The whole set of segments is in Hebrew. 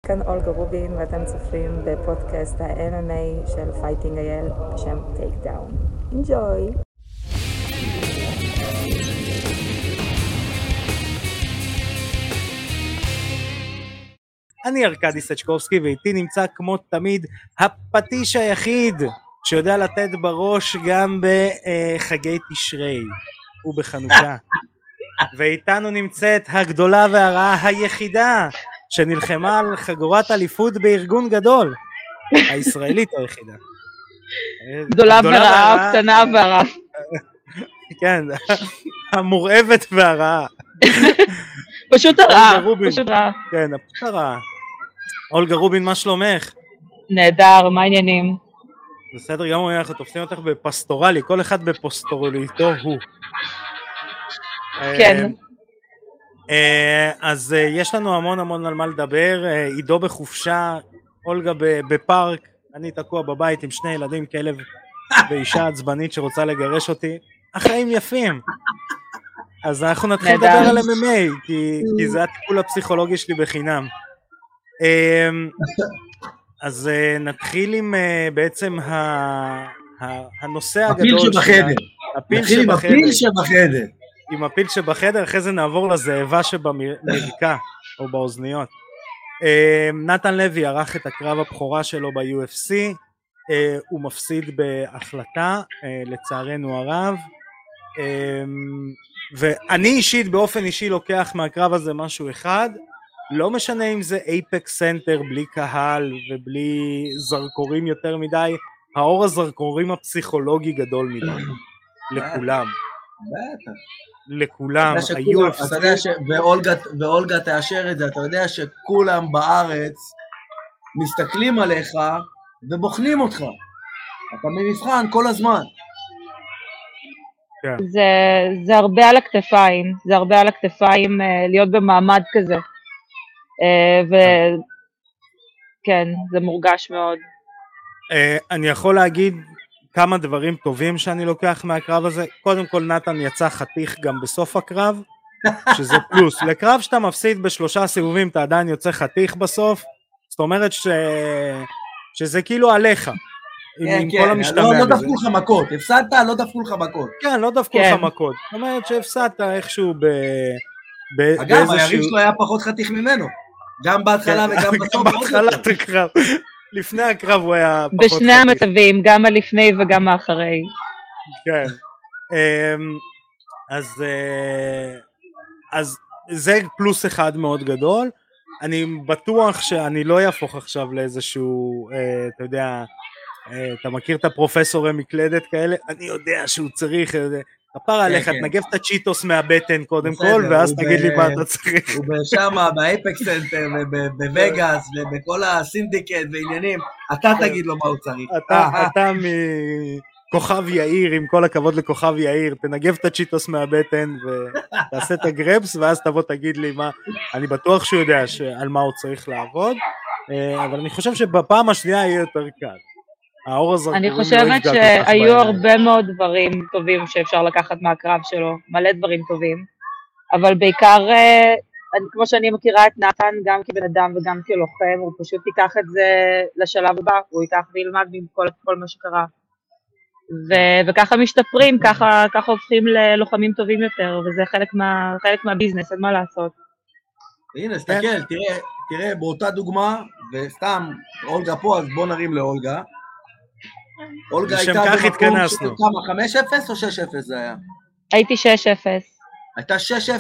כאן אולגה רובין ואתם צופים בפודקאסט ה-MMA של פייטינג אייל בשם טייק דאון. אינג'וי! אני ארקדי סצ'קובסקי ואיתי נמצא כמו תמיד הפטיש היחיד שיודע לתת בראש גם בחגי תשרי ובחנוכה. ואיתנו נמצאת הגדולה והרעה היחידה שנלחמה על חגורת אליפות בארגון גדול, הישראלית היחידה. גדולה ורעה, קטנה והרעה. כן, המורעבת והרעה. פשוט הרעה, פשוט רעה. כן, פשוט הרעה. אולגה רובין, מה שלומך? נהדר, מה העניינים? בסדר גמור, אנחנו תופסים אותך בפסטורלי, כל אחד בפסטורליתו הוא. כן. אז יש לנו המון על מה לדבר. עידו בחופשה, אולגה בפארק, אני תקוע בבית עם שני ילדים, כלב ואישה עצבנית שרוצה לגרש אותי. החיים יפים. אז אנחנו נתחיל לדבר על MMA, כי זה הטיפול הפסיכולוגי שלי בחינם. אז נתחיל עם בעצם הנושא הגדול. הפיל שבחדר. עם הפיל שבחדר, אחרי זה נעבור לזאבה שבמרקע או באוזניות. נתן לוי ערך את הקרב הבכורה שלו ב-UFC, הוא מפסיד בהחלטה, לצערנו הרב, ואני אישית באופן אישי לוקח מהקרב הזה משהו אחד, לא משנה אם זה אייפקס סנטר בלי קהל ובלי זרקורים יותר מדי, האור הזרקורים הפסיכולוגי גדול מדי, לכולם. בטח. לכולם, אתה יודע ואולגה תאשר את זה, אתה יודע שכולם בארץ מסתכלים עליך ובוחנים אותך, אתה במבחן כל הזמן. זה הרבה על הכתפיים, זה הרבה על הכתפיים להיות במעמד כזה, וכן, זה מורגש מאוד. אני יכול להגיד כמה דברים טובים שאני לוקח מהקרב הזה. קודם כל, נתן יצא חתיך גם בסוף הקרב, שזה פלוס. לקרב שאתה מפסיד בשלושה סיבובים, אתה עדיין יוצא חתיך בסוף, זאת אומרת שזה כאילו עליך, עם כל המשתמע בזה. לא דפקו לך מכות, הפסדת, לא דפקו לך מכות. כן, לא דפקו לך מכות. זאת אומרת שהפסדת איכשהו אגב, היריב שלו היה פחות חתיך ממנו, גם בהתחלה וגם בסוף. גם בהתחלת הקרב. לפני הקרב הוא היה פחות חתיך. בשני המצבים, גם הלפני וגם האחרי. כן. אז זה פלוס אחד מאוד גדול. אני בטוח שאני לא יהפוך עכשיו לאיזשהו, אתה יודע, אתה מכיר את הפרופסורי מקלדת כאלה? אני יודע שהוא צריך, כפר עליך, תנגב את הצ'יטוס מהבטן קודם כל, ואז תגיד לי מה אתה צריך. הוא בשמה, באייפקס סנטר, בווגאס, ובכל הסינדיקט ועניינים, אתה תגיד לו מה הוא צריך. אתה מכוכב יאיר, עם כל הכבוד לכוכב יאיר, תנגב את הצ'יטוס מהבטן, ותעשה את הגרפס, ואז תבוא תגיד לי מה, אני בטוח שהוא יודע על מה הוא צריך לעבוד, אבל אני חושב שבפעם השנייה יהיה יותר קל. אני חושבת שהיו הרבה מאוד דברים טובים שאפשר לקחת מהקרב שלו, מלא דברים טובים, אבל בעיקר, כמו שאני מכירה את נתן, גם כבן אדם וגם כלוחם, הוא פשוט ייקח את זה לשלב הבא, הוא ייקח וילמד מכל מה שקרה, וככה משתפרים, ככה הופכים ללוחמים טובים יותר, וזה חלק מהביזנס, אין מה לעשות. הנה, סתכל, תראה, באותה דוגמה, וסתם, אולגה פה, אז בוא נרים לאולגה, אולגה הייתה במקום כמה, 5-0 או 6-0 זה היה? הייתי 6-0. הייתה 6-0.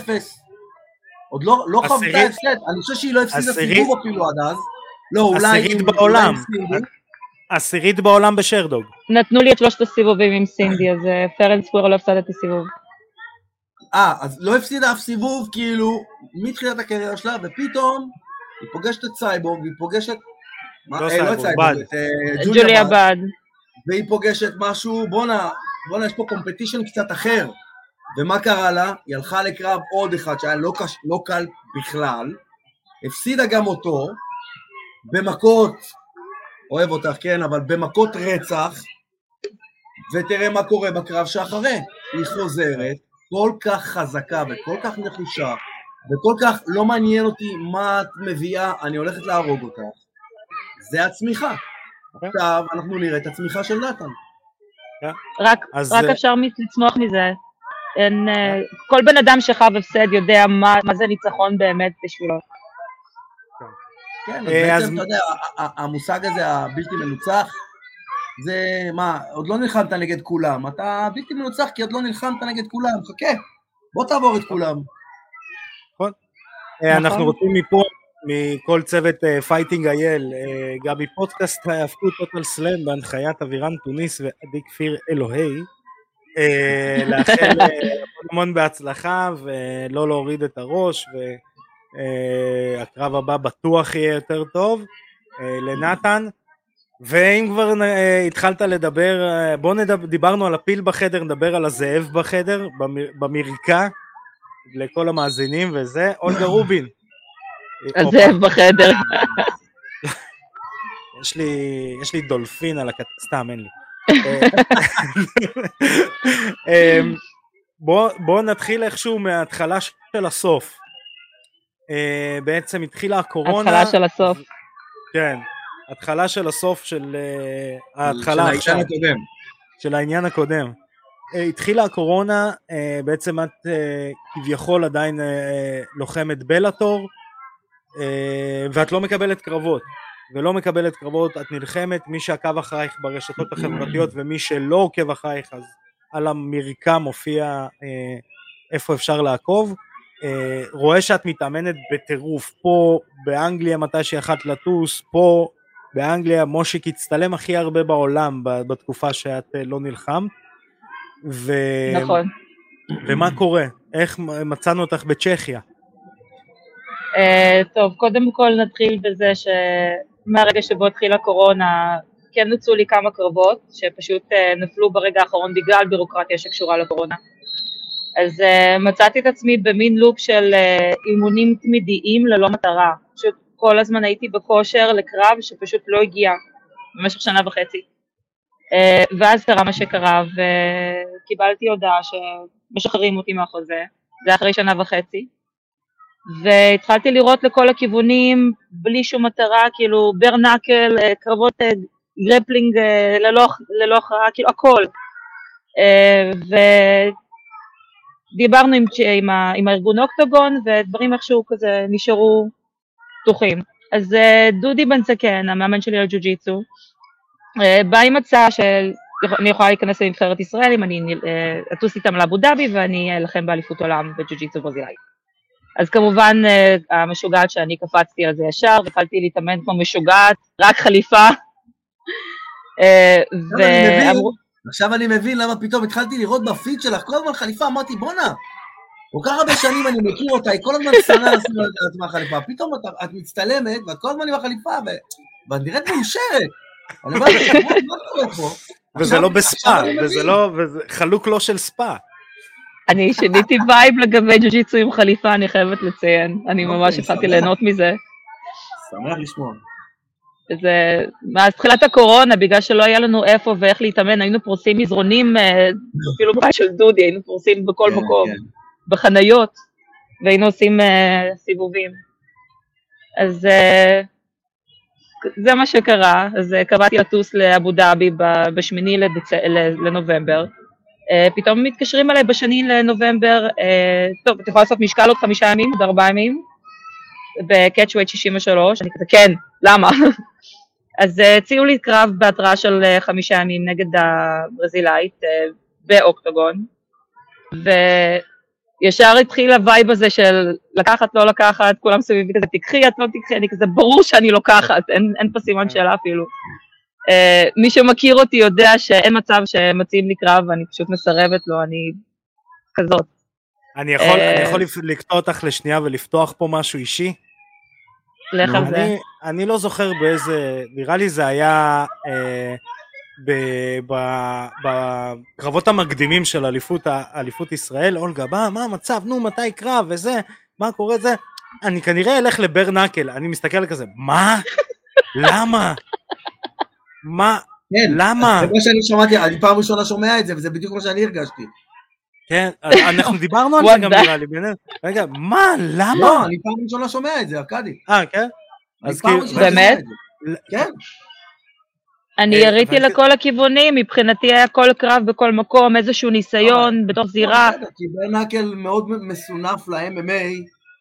עוד לא חוותה הפסד, אני חושב שהיא לא הפסידה סיבוב אפילו עד אז. לא, אולי... עשירית בעולם. עשירית בעולם בשרדוג. נתנו לי את 3 הסיבובים עם סינדי, אז פרנס סקוויר לא הפסדתי סיבוב. אז לא הפסידה אף סיבוב, כאילו, מתחילת הקריירה שלה, ופתאום היא פוגשת את סייבורג, והיא פוגשת... לא סייבורג, ג'וליה בד. והיא פוגשת משהו, בונה, יש פה קומפטישן קצת אחר, ומה קרה לה? היא הלכה לקרב עוד אחד שהיה לא קל בכלל, הפסידה גם אותו, במכות, אוהב אותך כן, אבל במכות רצח, ותראה מה קורה בקרב שאחרי, היא חוזרת, כל כך חזקה וכל כך נחושה, וכל כך לא מעניין אותי מה את מביאה, אני הולכת להרוג אותך. זה הצמיחה. עכשיו אנחנו נראה את הצמיחה של נתן. רק אפשר לצמוח מזה. כל בן אדם שחב הפסד יודע מה זה ניצחון באמת בשבילו. כן, אז בעצם אתה יודע, המושג הזה הבלתי מנוצח, זה מה, עוד לא נלחמת נגד כולם, אתה בלתי מנוצח כי עוד לא נלחמת נגד כולם, חכה, בוא תעבור את כולם. נכון. אנחנו רוצים מפה, מכל צוות פייטינג אייל, גבי פודקאסט ההפקות טוטל סלאם בהנחיית אבירן טוניס ועדי כפיר אלוהי, לאחל המון בהצלחה ולא להוריד את הראש, והקרב הבא בטוח יהיה יותר טוב לנתן. ואם כבר התחלת לדבר, דיברנו על הפיל בחדר, נדבר על הזאב בחדר, במרקע, לכל המאזינים וזה, אולגה רובין. הזאב בחדר. יש לי דולפין על סתם, אין לי. בוא נתחיל איכשהו מההתחלה של הסוף. בעצם התחילה הקורונה. התחלה של הסוף. כן. התחלה של הסוף של ההתחלה עכשיו, של העניין הקודם. התחילה הקורונה, בעצם את כביכול עדיין לוחמת בלאטור, ואת לא מקבלת קרבות, ולא מקבלת קרבות, את נלחמת, מי שעקב אחרייך ברשתות החברתיות, ומי שלא עוקב אחרייך, אז על המרקע מופיע איפה אפשר לעקוב, רואה שאת מתאמנת בטירוף, פה באנגליה מתי שיכלת לטוס, פה באנגליה מושיק הצטלם הכי הרבה בעולם בתקופה שאת לא נלחמת. נכון. ומה קורה? איך מצאנו אותך בצ'כיה? טוב, קודם כל נתחיל בזה שמהרגע שבו התחילה קורונה, כן נוצאו לי כמה קרבות שפשוט נפלו ברגע האחרון בגלל בירוקרטיה שקשורה לקורונה. אז מצאתי את עצמי במין לופ של אימונים תמידיים ללא מטרה. פשוט כל הזמן הייתי בכושר לקרב שפשוט לא הגיע במשך 1.5 שנה. ואז קרה מה שקרה, וקיבלתי הודעה שמשחררים אותי מהחוזה, זה אחרי 1.5 שנה. והתחלתי לראות לכל הכיוונים, בלי שום מטרה, כאילו ברנקל, קרבות גרפלינג ללא הכרעה, כאילו הכל. ודיברנו עם הארגון אוקטגון, ודברים איכשהו כזה נשארו פתוחים. אז דודי בן סכן, המאמן שלי על ג'ו-ג'יצו, בא עם הצעה שאני יכולה להיכנס לנבחרת ישראל, אם אני אטוס איתם לאבו דאבי, ואני אלחם באליפות עולם בג'ו-ג'יצו ברזילאי. אז כמובן המשוגעת שאני קפצתי על זה ישר, והתחלתי להתאמן כמו משוגעת, רק חליפה. עכשיו אני מבין למה פתאום התחלתי לראות בפיד שלך, כל הזמן חליפה, אמרתי בונה, כל כך הרבה שנים אני מכיר אותה, היא כל הזמן שנה לשים על עצמה חליפה, פתאום את מצטלמת, ואת כל הזמן עם החליפה, ואת נראית מאושרת. וזה לא בספה, וזה חלוק לא של ספה. אני שיניתי וייב לגבי ג'ו-ג'יצו עם חליפה, אני חייבת לציין, אני ממש התחלתי ליהנות מזה. שמח לשמוע. מאז תחילת הקורונה, בגלל שלא היה לנו איפה ואיך להתאמן, היינו פורסים מזרונים, אפילו בית של דודי, היינו פורסים בכל מקום, בחניות, והיינו עושים סיבובים. אז זה מה שקרה, אז קבעתי לטוס לאבו דאבי ב8 לנובמבר, פתאום מתקשרים עליי ב2 לנובמבר, טוב, את יכולה לעשות משקל עוד 5 ימים, עוד 4 ימים, בקאצ'ווייט 63, אני כזה, כן, למה? אז הציעו לי קרב בהתראה של 5 ימים נגד הברזילאית באוקטגון, וישר התחיל הווייב הזה של לקחת, לא לקחת, כולם סביבי כזה, תקחי, את לא תקחי, אני כזה, ברור שאני לוקחת, אין פה סימן שאלה אפילו. מי שמכיר אותי יודע שאין מצב שמציעים לי קרב, ואני פשוט מסרבת לו, אני כזאת. אני יכול לקטוע אותך לשנייה ולפתוח פה משהו אישי? לך על זה. אני לא זוכר באיזה, נראה לי זה היה בקרבות המקדימים של אליפות ישראל, אולגה, מה המצב, נו מתי קרב וזה, מה קורה זה, אני כנראה אלך לברנקל, אני מסתכל כזה, מה? למה? מה? כן, למה? זה מה שאני שמעתי, אני פעם ראשונה שומע את זה, וזה בדיוק מה שאני הרגשתי. כן, אנחנו דיברנו על זה גם נראה לי, רגע, מה, למה? לא, אני פעם ראשונה שומע את זה, ארכדי. כן? באמת? כן. אני יריתי לכל הכיוונים, מבחינתי היה כל קרב בכל מקום, איזשהו ניסיון בתוך זירה. כי ברנקל מאוד מסונף ל-MMA,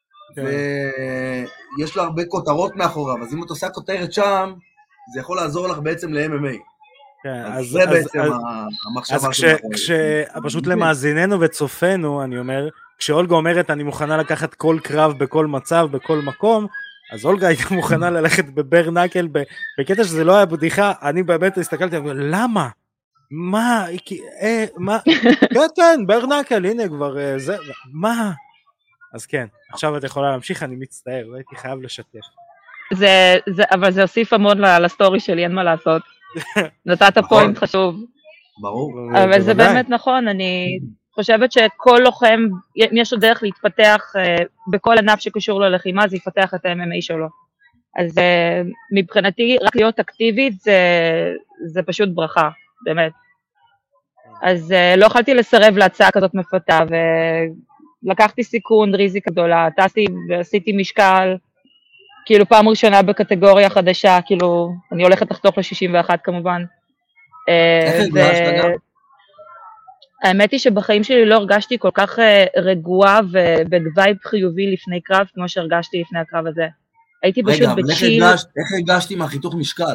ויש לה הרבה כותרות מאחוריו, אז אם את עושה כותרת שם, זה יכול לעזור לך בעצם ל-MMA. אז זה בעצם המחשבה שלנו. אז פשוט למאזיננו וצופנו, אני אומר, כשאולגה אומרת אני מוכנה לקחת כל קרב בכל מצב, בכל מקום, אז אולגה הייתה מוכנה ללכת בברנקל, בקטע שזה לא היה בדיחה, אני באמת הסתכלתי, למה? מה? כן, ברנקל, הנה כבר זה, מה? אז כן, עכשיו את יכולה להמשיך, אני מצטער, הייתי חייב לשתף. אבל זה הוסיף המון לסטורי שלי, אין מה לעשות. נתת פוינט חשוב. ברור. אבל זה באמת נכון, אני חושבת שכל לוחם, אם יש לו דרך להתפתח בכל ענף שקשור ללחימה, זה יפתח את ה-MMA שלו. אז מבחינתי, רק להיות אקטיבית זה פשוט ברכה, באמת. אז לא יכולתי לסרב להצעה כזאת מפתה, ולקחתי סיכון, ריזיקה גדולה, טסתי ועשיתי משקל, כאילו פעם ראשונה בקטגוריה חדשה, כאילו אני הולכת לחתוך ל-61 כמובן. איך הרגשת גם? האמת היא שבחיים שלי לא הרגשתי כל כך רגועה ובווייב חיובי לפני קרב, כמו שהרגשתי לפני הקרב הזה. הייתי פשוט בצ'יל. רגע, איך הרגשתי מהחיתוך משקל?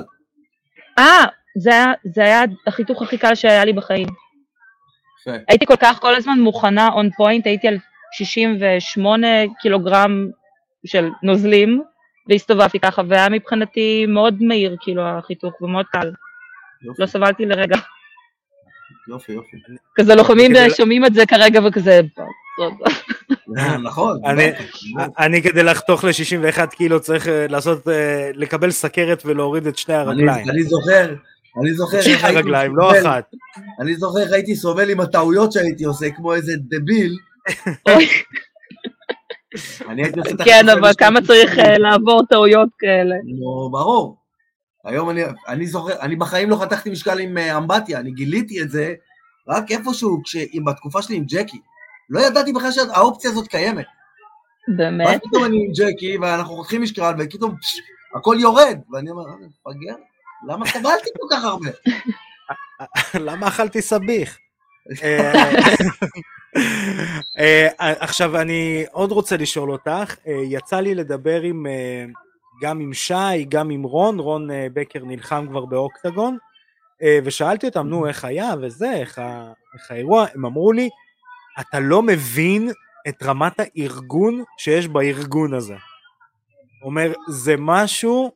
זה היה החיתוך הכי קל שהיה לי בחיים. הייתי כל הזמן מוכנה on point, הייתי על 68 קילוגרם של נוזלים, והסתובבתי ככה, והיה מבחינתי מאוד מהיר, כאילו, החיתוך, ומאוד קל. לא סבלתי לרגע. יופי. כזה לוחמים שומעים את זה כרגע, וכזה... נכון. אני כדי לחתוך ל-61 קילו צריך לקבל סכרת ולהוריד את שני הרגליים. אני זוכר... שני הרגליים, לא אחת. אני זוכר, הייתי סובל עם הטעויות שהייתי עושה, כמו איזה דביל. כן, אבל כמה צריך לעבור טעויות כאלה. ברור. היום אני זוכר, אני בחיים לא חתכתי משקל עם אמבטיה, אני גיליתי את זה רק איפשהו, בתקופה שלי עם ג'קי. לא ידעתי בכלל שהאופציה הזאת קיימת. באמת? ואז פתאום אני עם ג'קי, ואנחנו חותכים משקל, ופתאום הכל יורד. ואני אומר, פגר, למה סבלתי כל כך הרבה? למה אכלתי סביך? עכשיו אני עוד רוצה לשאול אותך, יצא לי לדבר גם עם שי, גם עם רון בקר נלחם כבר באוקטגון, ושאלתי אותם, נו איך היה וזה, איך האירוע, הם אמרו לי, אתה לא מבין את רמת הארגון שיש בארגון הזה. אומר, זה משהו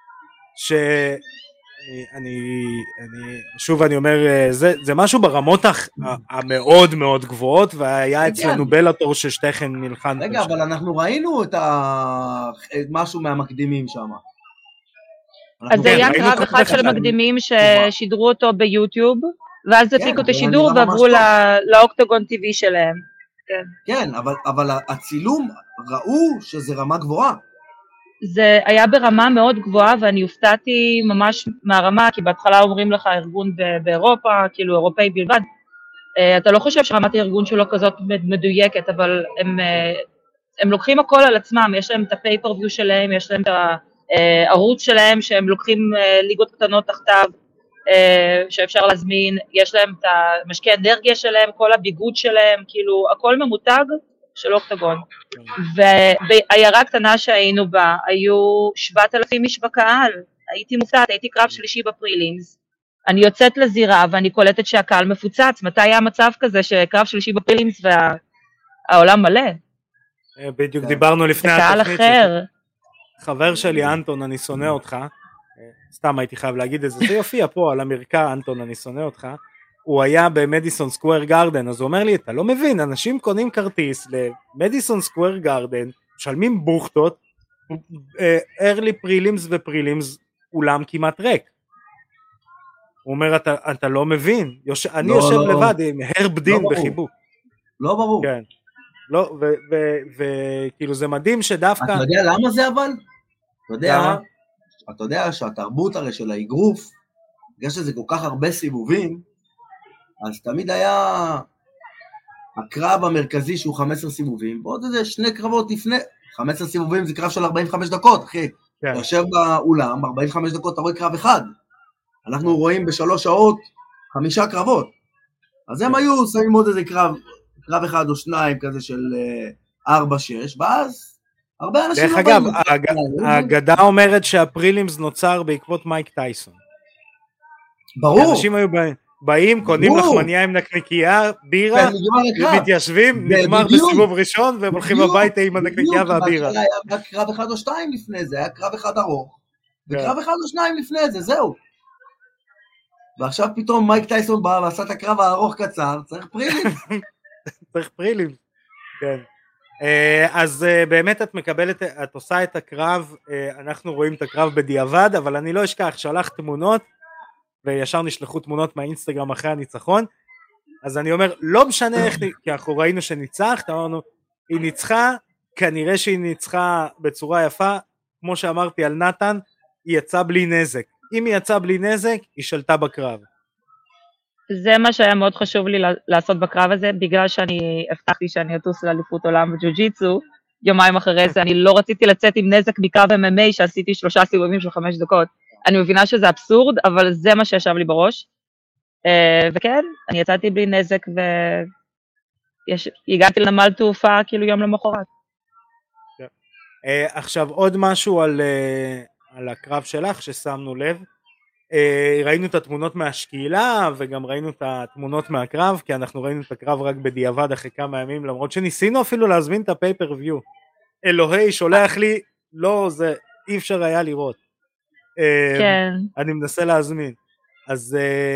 שוב אני אומר, זה משהו ברמות המאוד מאוד גבוהות, והיה אצלנו בלאטור ששתיכן נלחם. רגע, אבל אנחנו ראינו את משהו מהמקדימים שם. אז זה היה קרב אחד של המקדימים ששידרו אותו ביוטיוב, ואז הפסיקו את השידור ועברו לאוקטגון TV שלהם. כן, אבל הצילום ראו שזה רמה גבוהה. זה היה ברמה מאוד גבוהה, ואני הופתעתי ממש מהרמה, כי בהתחלה אומרים לך ארגון באירופה, כאילו אירופאי בלבד. אתה לא חושב שרמת הארגון שלו כזאת מדויקת, אבל הם לוקחים הכל על עצמם, יש להם את הפייפרוויו שלהם, יש להם את הערוץ שלהם, שהם לוקחים ליגות קטנות תחתיו, שאפשר להזמין, יש להם את המשקי אנרגיה שלהם, כל הביגוד שלהם, כאילו הכל ממותג של אוקטגון. ובעיירה קטנה שהיינו בה, היו 7,000 איש בקהל, הייתי מופתעת, הייתי קרב שלישי בפרילימס, אני יוצאת לזירה ואני קולטת שהקהל מפוצץ, מתי היה מצב כזה שקרב שלישי בפרילימס והעולם מלא? בדיוק דיברנו לפני הקהל אחר. חבר שלי אנטון, אני שונא אותך, סתם הייתי חייב להגיד את זה, זה יופיע פה על אמריקה, אנטון אני שונא אותך, הוא היה במדיסון סקוואר גארדן, אז הוא אומר לי, אתה לא מבין, אנשים קונים כרטיס למדיסון סקוואר גארדן, משלמים בוכטות, early פרילימס ופרילימס, אולם כמעט ריק. הוא אומר, אתה לא מבין, אני יושב לבד עם הרב דין בחיבוק. לא ברור. כן. לא, וכאילו זה מדהים שדווקא... אתה יודע למה זה אבל? אתה יודע שהתרבות הרי של האגרוף, בגלל שזה כל כך הרבה סיבובים, אז תמיד היה הקרב המרכזי שהוא 15 סיבובים, ועוד איזה 2 קרבות לפני, 15 סיבובים זה קרב של 45 דקות, אחי. אתה יושב באולם, 45 דקות אתה רואה קרב אחד. אנחנו רואים ב3 שעות 5 קרבות. אז הם היו שמים עוד איזה קרב אחד או 2 כזה של 4-6, ואז הרבה אנשים... דרך אגב, האגדה אומרת שהפרילימס נוצר בעקבות מייק טייסון. ברור. אנשים היו באים, קונים לחמניה עם נקניקייה, בירה, מתיישבים, נגמר בסיבוב ראשון, והם הולכים הביתה עם הנקניקייה והבירה. היה קרב 1 או 2 לפני זה, היה קרב 1 ארוך, וקרב 1 או 2 לפני זה, זהו. ועכשיו פתאום מייק טייסון בא ועשה את הקרב הארוך קצר, צריך פרילימס. צריך פרילימס, כן. אז באמת את מקבלת, את עושה את הקרב, אנחנו רואים את הקרב בדיעבד, אבל אני לא אשכח, שלח תמונות, וישר נשלחו תמונות מהאינסטגרם אחרי הניצחון, אז אני אומר, לא משנה איך, כי אנחנו ראינו שניצחת, אמרנו, היא ניצחה, כנראה שהיא ניצחה בצורה יפה, כמו שאמרתי על נתן, היא יצאה בלי נזק, אם היא יצאה בלי נזק, היא שלטה בקרב. זה מה שהיה מאוד חשוב לי לעשות בקרב הזה, בגלל שאני הבטחתי שאני אטוס לאליפות עולם בג'ו-ג'יצו, יומיים אחרי זה, אני לא רציתי לצאת עם נזק מקרב MMA, שעשיתי 3 סיבובים של 5 דקות, אני מבינה שזה אבסורד, אבל זה מה שישב לי בראש, וכן, אני יצאתי בלי נזק, והגעתי לנמל תעופה כאילו יום למחרת. עכשיו עוד משהו על הקרב שלך ששמנו לב, ראינו את התמונות מהשקילה וגם ראינו את התמונות מהקרב, כי אנחנו ראינו את הקרב רק בדיעבד אחרי כמה ימים, למרות שניסינו אפילו להזמין את הפייפר-ויו. אלוהי שולח לי, לא, זה אי אפשר היה לראות. כן. אני מנסה להזמין. אז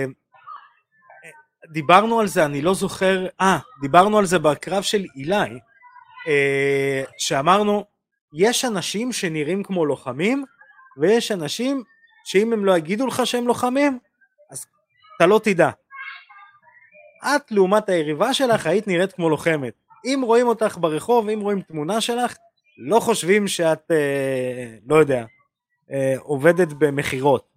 דיברנו על זה, אני לא זוכר, דיברנו על זה בקרב של אילי, שאמרנו, יש אנשים שנראים כמו לוחמים, ויש אנשים שאם הם לא יגידו לך שהם לוחמים, אז אתה לא תדע. את לעומת היריבה שלך היית נראית כמו לוחמת. אם רואים אותך ברחוב, אם רואים תמונה שלך, לא חושבים שאת, לא יודע, עובדת במחירות.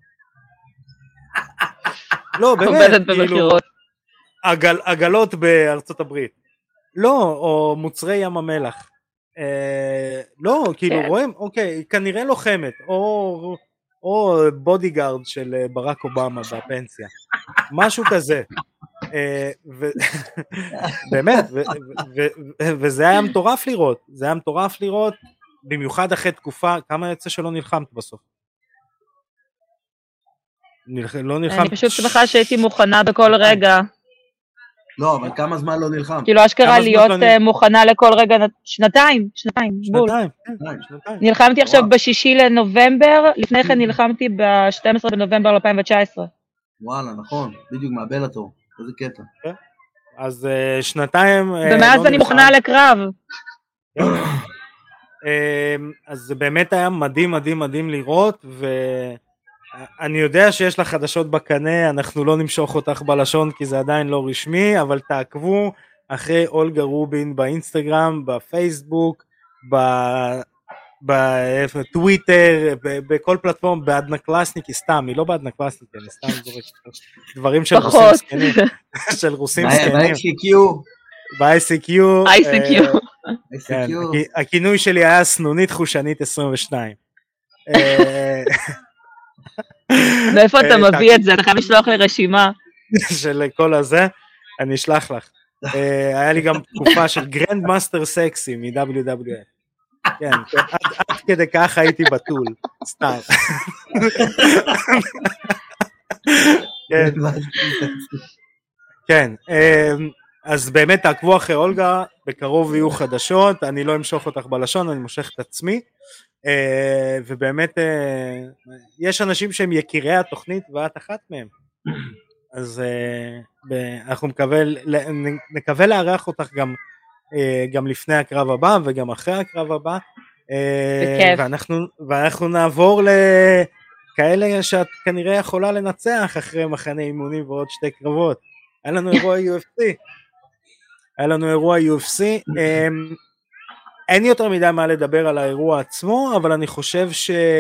לא, באמת. עובדת במחירות. עגלות בארצות הברית. לא, או מוצרי ים המלח. לא, כאילו רואים, אוקיי, כנראה לוחמת, או בודיגארד של ברק אובמה בפנסיה, משהו כזה. באמת, וזה היה מטורף לראות, זה היה מטורף לראות, במיוחד אחרי תקופה, כמה יצא שלא נלחמת בסוף? לא נלחמת. אני פשוט שמחה שהייתי מוכנה בכל רגע. לא, אבל כמה זמן לא נלחם? כאילו אשכרה להיות מוכנה לכל רגע, שנתיים, בול. נלחמתי עכשיו ב6 לנובמבר, לפני כן נלחמתי ב12 בנובמבר 2019. וואלה, נכון, בדיוק מהבלאטור, איזה קטע. אז שנתיים... ומאז אני מוכנה לקרב. אז זה באמת היה מדהים, מדהים, מדהים לראות, אני יודע שיש לך חדשות בקנה, אנחנו לא נמשוך אותך בלשון כי זה עדיין לא רשמי, אבל תעקבו אחרי אולגה רובין באינסטגרם, בפייסבוק, בטוויטר, בכל פלטפורם, בעדנה קלאסניק, סתם, היא לא בעדנה קלאסניק, אני סתם זורק דברים של רוסים סקנים, של רוסים סקנים. ב-ICQ. הכינוי שלי היה סנונית חושנית 22. מאיפה אתה מביא את זה? אתה חייב לשלוח לי רשימה. של כל הזה, אני אשלח לך. היה לי גם תקופה של גרנד מאסטר סקסי מ-WWF. כן, עד כדי כך הייתי בטול, סתם. כן, אז באמת תעקבו אחרי אולגה, בקרוב יהיו חדשות, אני לא אמשוך אותך בלשון, אני מושך את עצמי, ובאמת יש אנשים שהם יקירי התוכנית ואת אחת מהם, אז אנחנו נקווה לארח אותך גם לפני הקרב הבא וגם אחרי הקרב הבא, ואנחנו נעבור לכאלה שאת כנראה יכולה לנצח אחרי מחנה אימונים ועוד 2 קרבות. היה לנו אירוע UFC, אין יותר מדי מה לדבר על האירוע עצמו, אבל אני חושב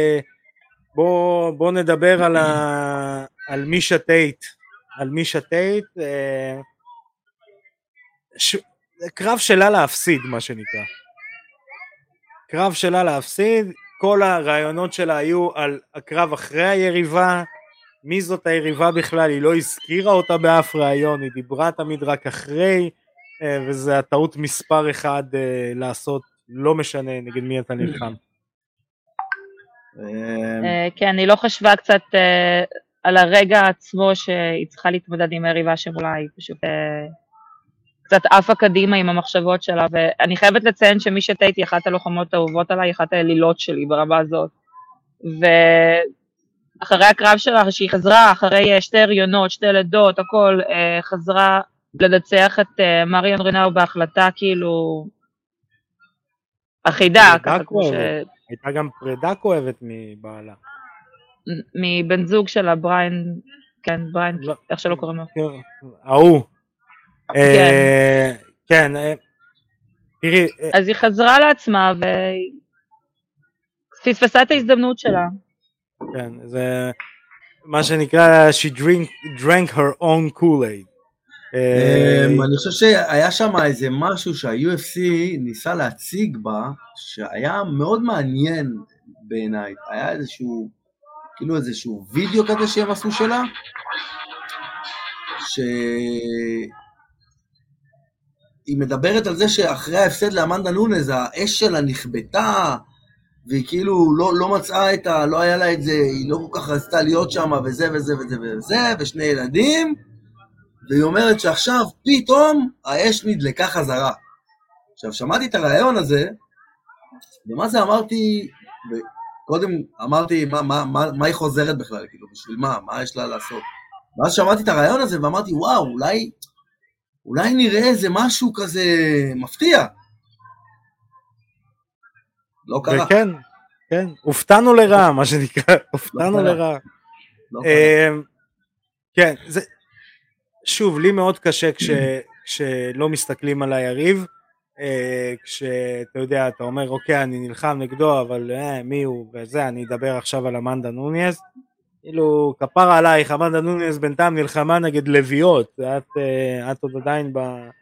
בוא נדבר על מישה טייט, קרב שלה להפסיד, מה שנקרא. קרב שלה להפסיד, כל הרעיונות שלה היו על הקרב אחרי היריבה, מי זאת היריבה בכלל, היא לא הזכירה אותה באף רעיון, היא דיברה תמיד רק אחרי, וזה הטעות מספר אחד לעשות, לא משנה נגד מי אתה נלחם. כן, היא לא חשבה קצת על הרגע עצמו שהיא צריכה להתמודד עם היריבה שמולה, היא פשוט קצת עפה קדימה עם המחשבות שלה, ואני חייבת לציין שמי שתהייתי אחת הלוחמות האהובות עליי, אחת האלילות שלי ברמה הזאת, ואחרי הקרב שלה שהיא חזרה, אחרי שתי הריונות, שתי לידות, הכל, חזרה לנצח את מריון רנאו בהחלטה כאילו אחידה, ככה כמו ש... הייתה גם פרידה כואבת מבעלה. מבן זוג שלה, בריין, כן, בריין, איך שלא קוראים לו. ההוא. כן, תראי. אז היא חזרה לעצמה ופספסה את ההזדמנות שלה. כן, זה מה שנקרא, she drank her own Kool-Aid. אני חושב שהיה שם איזה משהו שה-UFC ניסה להציג בה, שהיה מאוד מעניין בעיניי. היה איזשהו, כאילו איזשהו וידאו כזה שהם עשו שלה, היא מדברת על זה שאחרי ההפסד לאמנדה נונז, האש שלה נכבתה, והיא כאילו לא מצאה את ה... לא היה לה את זה, היא לא כל כך רצתה להיות שם, וזה וזה וזה וזה, ושני ילדים, והיא אומרת שעכשיו פתאום האש נדלקה חזרה. עכשיו, שמעתי את הרעיון הזה, ומה זה אמרתי, קודם אמרתי, מה היא חוזרת בכלל, כאילו, בשביל מה יש לה לעשות? ואז שמעתי את הרעיון הזה, ואמרתי, וואו, אולי נראה איזה משהו כזה מפתיע. לא קרה. וכן, כן, הופתענו לרעה, מה שנקרא, הופתענו לרעה. כן, זה, שוב, לי מאוד קשה כשלא מסתכלים על היריב, כשאתה יודע, אתה אומר, אוקיי, אני נלחם נגדו, אבל מי הוא, וזה, אני אדבר עכשיו על אמנדה נוניז, כאילו, כפרה עלייך, אמנדה נוניז בינתיים נלחמה נגד לוויות, את עוד עדיין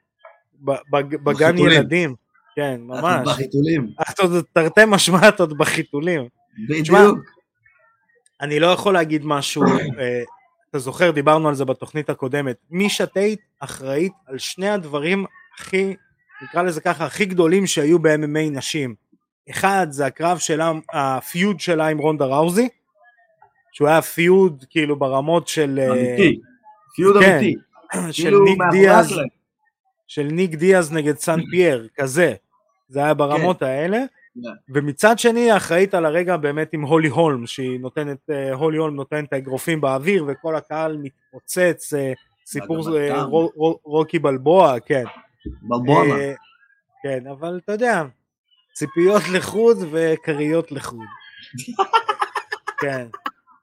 בגן ילדים, כן, ממש. את בחיתולים. את עוד תרתי משמע, את עוד בחיתולים. בדיוק. אני לא יכול להגיד משהו, אתה זוכר, דיברנו על זה בתוכנית הקודמת, מישה טייט אחראית על שני הדברים הכי, נקרא לזה ככה, הכי גדולים שהיו ב-MMA נשים. אחד, זה הקרב שלה, הפיוד שלה עם רונדה ראוזי, שהוא היה פיוד כאילו ברמות של... אמיתי, פיוד אמיתי. של ניק דיאז נגד סן פייר, כזה. זה היה ברמות האלה. ומצד שני, האחראית על הרגע באמת עם הולי הולם, שהיא נותנת, הולי הולם נותנת את האגרופים באוויר, וכל הקהל מתפוצץ, סיפור רוקי בלבוע, כן. בלבוענה. כן, אבל אתה יודע, ציפיות לחוד וקריות לחוד. כן.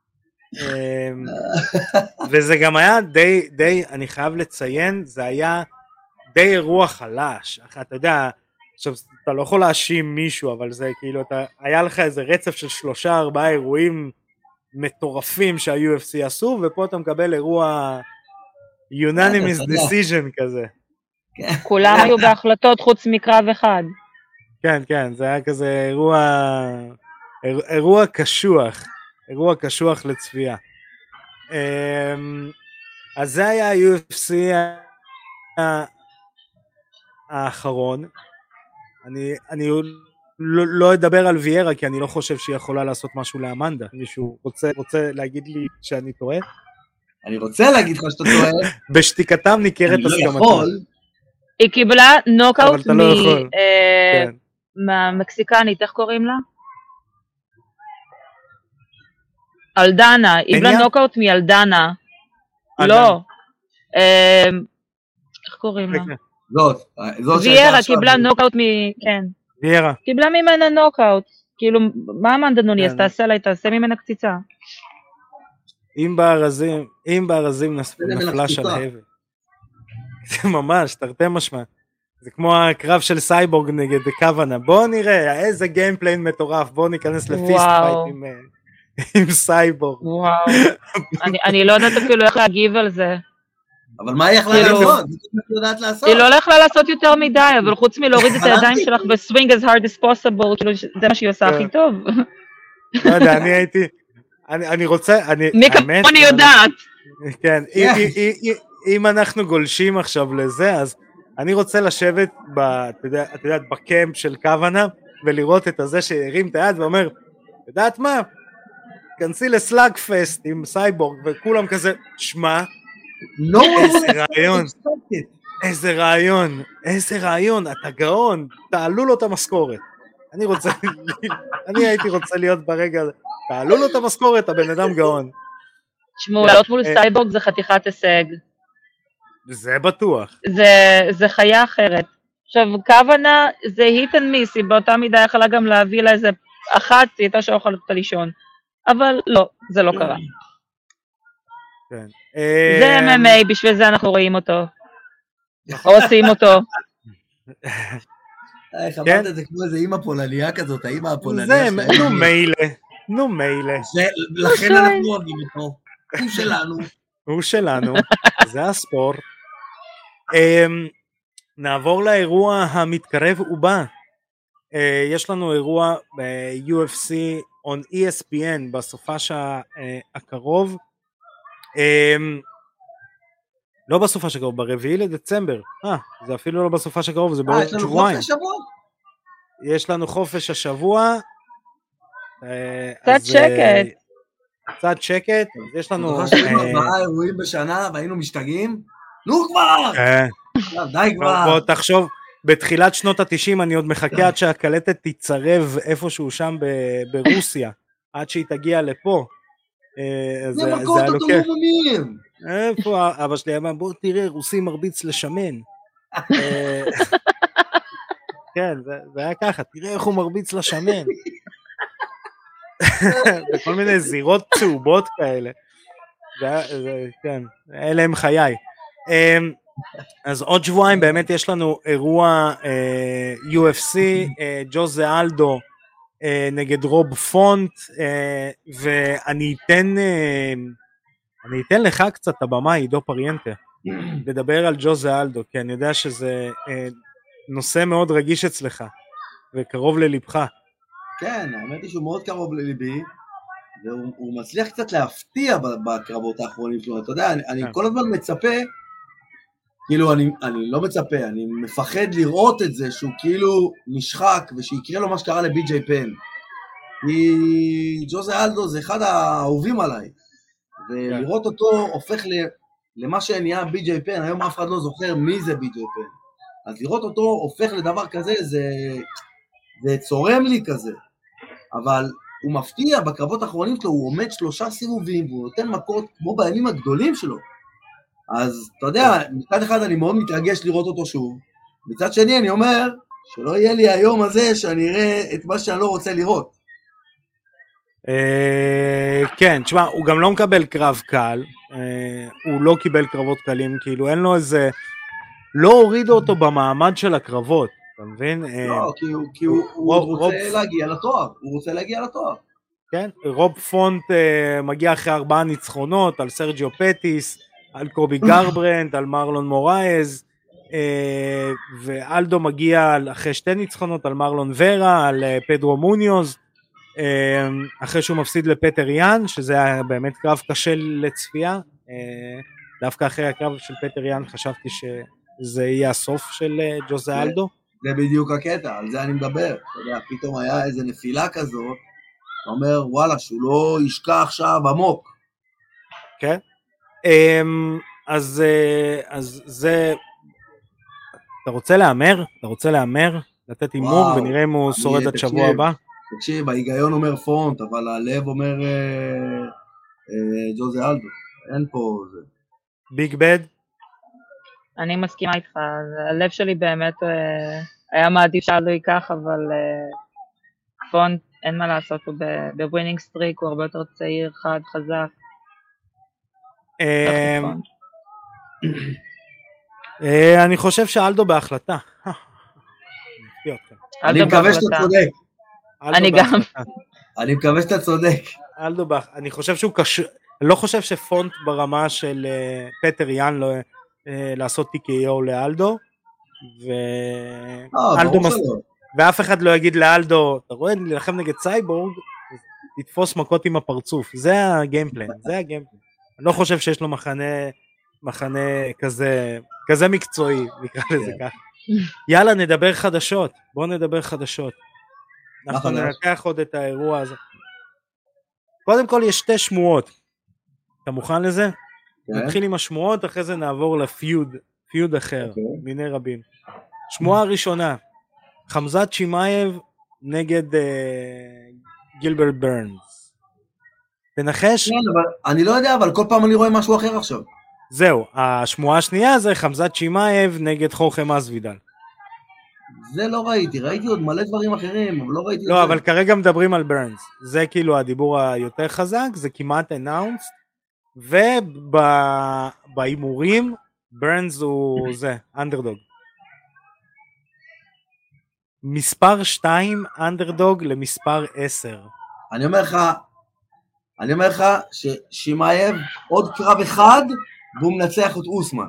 וזה גם היה די, אני חייב לציין, זה היה די אירוע חלש. אתה יודע, עכשיו, אתה לא יכול להאשים מישהו, אבל זה כאילו, היה לך איזה רצף של 3-4 אירועים מטורפים שה-UFC עשו, ופה אתה מקבל אירוע unanimous decision כזה. כולם היו בהחלטות חוץ מקרב אחד. כן, כן, זה היה כזה אירוע קשוח, אירוע קשוח לצפייה. אז זה היה ה-UFC האחרון. אני לא אדבר על ויירה, כי אני לא חושב שהיא יכולה לעשות משהו לאמנדה. מישהו רוצה להגיד לי שאני טועה? אני רוצה להגיד לך שאתה טועה. בשתיקתם ניכרת הסכמתה. אני לא יכול. היא קיבלה נוקאוט מהמקסיקנית, איך קוראים לה? אלדנה, היא קיבלה נוקאוט מאלדנה. לא. איך קוראים לה? זאת ויירה קיבלה נוקאוט כן. ויירה. קיבלה ממנה נוקאוט. כאילו, מה אמנדה נוניז? תעשה ממנה קציצה. אם בארזים נפלה שלהבת. זה ממש, תרתי משמע. זה כמו הקרב של סייבורג נגד קוונה. בואו נראה איזה גיימפליין מטורף. בואו ניכנס לפיסט פייט עם סייבורג. וואו. אני לא יודעת אפילו איך להגיב על זה. אבל מה היא יכלה לעשות? היא לא יכלה לעשות יותר מדי, אבל חוץ מלהוריד את הידיים שלך ו-swing as hard as possible, כאילו זה מה שהיא עושה הכי טוב. לא יודע, אני רוצה, מי כמוני יודעת. כן, אם אנחנו גולשים עכשיו לזה, אז אני רוצה לשבת, את יודעת, בקמפ של כוונה, ולראות את הזה שהרים את היד ואומר, יודעת מה? כנסי לסלאג פסט עם סייבורג, וכולם כזה, שמע, איזה רעיון, אתה גאון, תעלו לו את המשכורת. אני הייתי רוצה להיות ברגע הזה, תעלו לו את המשכורת, הבן אדם גאון. תשמעו, לעלות מול סייבורג זה חתיכת הישג. זה בטוח. זה חיה אחרת. עכשיו, כוונה זה hit and miss, היא באותה מידה יכלה גם להביא לה איזה אחת, היא הייתה שאוכלת אותה לישון. אבל לא, זה לא קרה. כן. זה MMA, בשביל זה אנחנו רואים אותו. או עושים אותו. חברת את זה כמו איזה אימא פולניה כזאת, האימא הפולניה שלהם. נו מילא. לכן אנחנו אוהבים אותו. הוא שלנו. זה הספורט. נעבור לאירוע המתקרב ובא. יש לנו אירוע ב-UFC on ESPN בסופש הקרוב. לא בסופש הקרוב, ב4 לדצמבר. זה אפילו לא בסופש הקרוב, זה בעוד שבועיים. יש לנו חופש השבוע. קצת שקט. יש לנו... אז יש לנו 4 אירועים בשנה והיינו משתגעים. נו כבר! די כבר. בוא תחשוב, בתחילת שנות ה-90 אני עוד מחכה עד שהקלטת תצרב איפשהו שם ברוסיה, עד שהיא תגיע לפה. זה מכות אוטונומיים. איפה אבא שלי אמר, בוא תראה, רוסי מרביץ לשמן. כן, זה היה ככה, תראה איך הוא מרביץ לשמן. בכל מיני זירות צהובות כאלה. כן, אלה הם חיי. אז עוד שבועיים באמת יש לנו אירוע UFC, ג'וזה אלדו נגד רוב פונט, ואני אתן לך קצת הבמה, עידו פריאנטה, לדבר על ג'וזה אלדו, כי אני יודע שזה נושא מאוד רגיש אצלך, וקרוב ללבך. כן, האמת היא שהוא מאוד קרוב לליבי, והוא מצליח קצת להפתיע בקרבות האחרונים שלו, אתה יודע, אני כל הזמן מצפה, כאילו אני לא מצפה, אני מפחד לראות את זה שהוא כאילו נשחק ושיקרה לו מה שקרה לבי.ג'יי פן. כי ג'וזה אלדו זה אחד האהובים עליי, ולראות אותו הופך למה שנהיה בי.ג'יי פן, היום אף אחד לא זוכר מי זה בי.ג'יי פן. אז לראות אותו הופך לדבר כזה, זה צורם לי כזה. אבל הוא מפתיע בקרבות האחרונים שלו, הוא עומד 3 סיבובים, והוא נותן מכות כמו בימים הגדולים שלו. אז אתה יודע, מצד אחד אני מאוד מתרגש לראות אותו שוב, מצד שני אני אומר שלא יהיה לי היום הזה שאני אראה את מה שאני לא רוצה לראות. כן, תשמע, הוא גם לא מקבל קרב קל, הוא לא קיבל קרבות קלים, כאילו אין לו איזה, לא הורידו אותו במעמד של הקרבות, אתה מבין? לא, כי הוא רוצה להגיע לתואר, הוא רוצה להגיע לתואר. כן, רוב פונט מגיע אחרי 4 ניצחונות על סרג'יו פטיס, על קובי גרברנט, על מרלון מורייז, ואלדו מגיע אחרי 2 ניצחונות על מרלון ורה, על פדרו מוניוז, אחרי שהוא מפסיד לפטר יאן, שזה היה באמת קרב קשה לצפייה, דווקא אחרי הקרב של פטר יאן חשבתי שזה יהיה הסוף של ג'וזה אלדו. זה בדיוק הקטע, על זה אני מדבר, אתה יודע, פתאום היה איזה נפילה כזאת, אתה אומר וואלה, שהוא לא ישקע עכשיו עמוק. כן. אז זה, אתה רוצה להמר? אתה רוצה להמר? לתת הימור ונראה אם הוא שורד עד שבוע הבא? תקשיב, ההיגיון אומר פונט, אבל הלב אומר ג'וזה אלדו, אין פה זה. ביג בד? אני מסכימה איתך, הלב שלי באמת היה מעדיף שאלדו ייקח, אבל פונט אין מה לעשות, הוא בווינינג סטריק, הוא הרבה יותר צעיר, חד, חזק. אני חושב שאלדו בהחלטה. אני מקווה שאתה צודק. אני גם. אני מקווה שאתה צודק. אני חושב שהוא קשור, אני לא חושב שפונט ברמה של פטר יאן לעשות TKO לאלדו, ואף אחד לא יגיד לאלדו, אתה רואה, להילחם נגד סייבורג, לתפוס מכות עם הפרצוף, זה הגיימפלן, אני לא חושב שיש לו מחנה כזה מקצועי, נקרא לזה ככה. יאללה, נדבר חדשות, בואו נדבר חדשות. אנחנו נלקח עוד את האירוע הזה. קודם כל יש 2 שמועות, אתה מוכן לזה? נתחיל עם השמועות, אחרי זה נעבור לפיוד אחר, מיני רבים. שמועה הראשונה, חמזת שימאייב נגד גילברט ברנס. תנחש? אני לא יודע, אבל כל פעם אני רואה משהו אחר עכשיו. זהו, השמועה השנייה זה חמזת שימאייב נגד חורחה מסוידל. זה לא ראיתי עוד מלא דברים אחרים, אבל לא ראיתי... לא, אבל כרגע מדברים על ברנס. זה כאילו הדיבור היותר חזק, זה כמעט announced, ובאימורים, ברנס הוא זה, אנדרדוג. מספר 2 אנדרדוג למספר 10. אני אומר לך ששימאייב עוד קרב אחד והוא מנצח את אוסמן.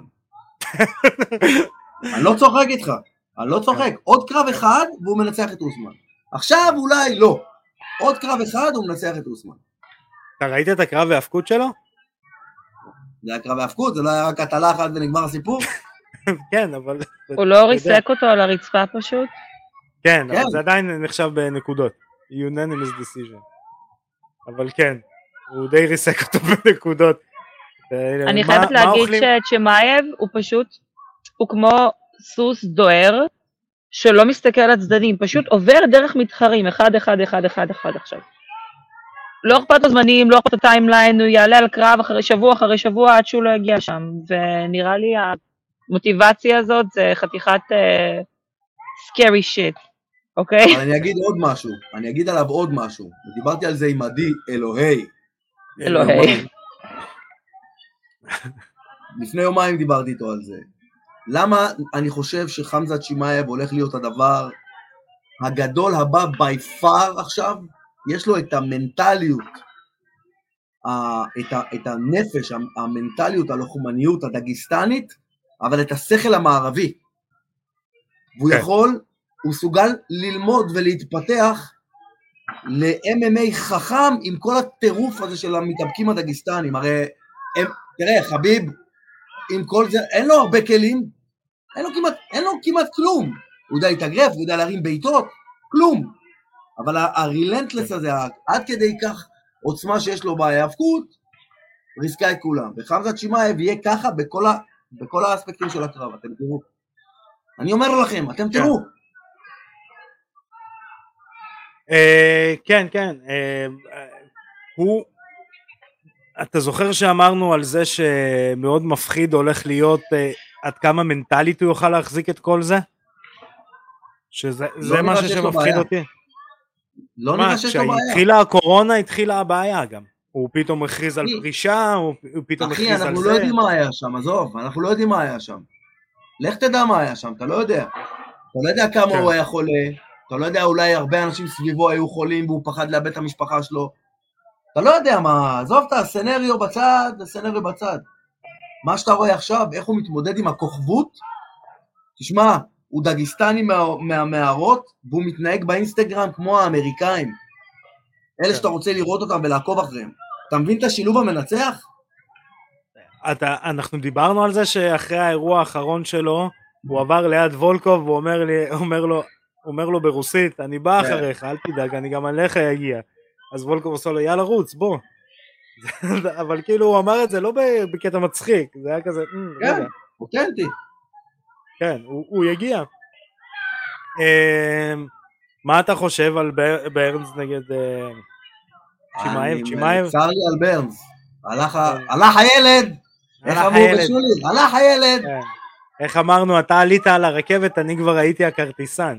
אני לא צוחק איתך, עוד קרב אחד והוא מנצח את אוסמן. עכשיו אולי לא, עוד קרב אחד הוא מנצח את אוסמן. אתה ראית את הקרב וההפקות שלו? זה היה קרב וההפקות, זה לא היה רק הטלה אחת ונגמר הסיפור? כן, אבל... הוא לא ריסק אותו על הרצפה פשוט? כן, אבל זה עדיין נחשב בנקודות. unanimous decision. אבל כן, הוא די ריסק אותו בנקודות. אני חייבת להגיד שצ'מאייב הוא פשוט, הוא כמו סוס דוהר, שלא מסתכל על הצדדים, פשוט עובר דרך מתחרים, אחד עכשיו. לא אכפת לו זמנים, לא אכפת הטיימליין, הוא יעלה על קרב שבוע אחרי שבוע עד שהוא לא יגיע שם, ונראה לי המוטיבציה הזאת זה חתיכת scary shit, אוקיי? אבל אני אגיד עליו עוד משהו, ודיברתי על זה עם עדי, אלוהי. לפני יומיים דיברתי איתו על זה. למה אני חושב שחמזת שימאייב הולך להיות הדבר הגדול הבא by far עכשיו? יש לו את המנטליות, את הנפש, המנטליות, הלוחמניות הדגיסטנית, אבל את השכל המערבי. והוא יכול, הוא מסוגל ללמוד ולהתפתח ל-MMA חכם עם כל הטירוף הזה של המתאבקים הדגיסטנים. הרי, תראה, חביב, עם כל זה, אין לו הרבה כלים, אין לו כמעט כלום. הוא יודע להתאגרף, הוא יודע להרים בעיטות, כלום. אבל הרילנטלס הזה, עד כדי כך עוצמה שיש לו בהיאבקות, ריסקה את כולם. וחמזת שימאייב יהיה ככה בכל האספקטים של הקרב, אתם תראו. אני אומר לכם, אתם תראו. כן. אתה זוכר שאמרנו על זה שמאוד מפחיד הולך להיות עד כמה מנטלית הוא יוכל להחזיק את כל זה? שזה משהו שמפחיד אותי. לא נראה שיש לו בעיה. כשהתחילה הקורונה התחילה הבעיה גם. הוא פתאום הכריז על פרישה, הוא פתאום הכריז על זה. אחי, אנחנו לא יודעים מה היה שם, עזוב, אנחנו לא יודעים מה היה שם. לך תדע מה היה שם, אתה לא יודע. אתה לא יודע כמה הוא היה חולה, אתה לא יודע, אולי הרבה אנשים סביבו היו חולים והוא פחד לאבד את המשפחה שלו. אתה לא יודע מה, עזוב את הסצנריו בצד, מה שאתה רואה עכשיו, איך הוא מתמודד עם הכוכבות, תשמע, הוא דגיסטני מהמערות, והוא מתנהג באינסטגרם כמו האמריקאים. אלה שאתה רוצה לראות אותם ולעקוב אחריהם. אתה מבין את השילוב המנצח? אנחנו דיברנו על זה שאחרי האירוע האחרון שלו, הוא עבר ליד וולקוב, והוא אומר לו ברוסית, אני בא אחריך, אל תדאג, אני גם עליך יגיע. אז וולקוב עושה לו, יאללה רוץ, בוא. אבל כאילו הוא אמר את זה לא בקטע מצחיק, זה היה כזה, כן, אותנטי. כן, הוא יגיע. מה אתה חושב על ברנס נגד שימאייב? צר לי על ברנס. הלך הילד. איך אמרו בשולי? הלך הילד. איך אמרנו, אתה עלית על הרכבת, אני כבר הייתי הכרטיסן.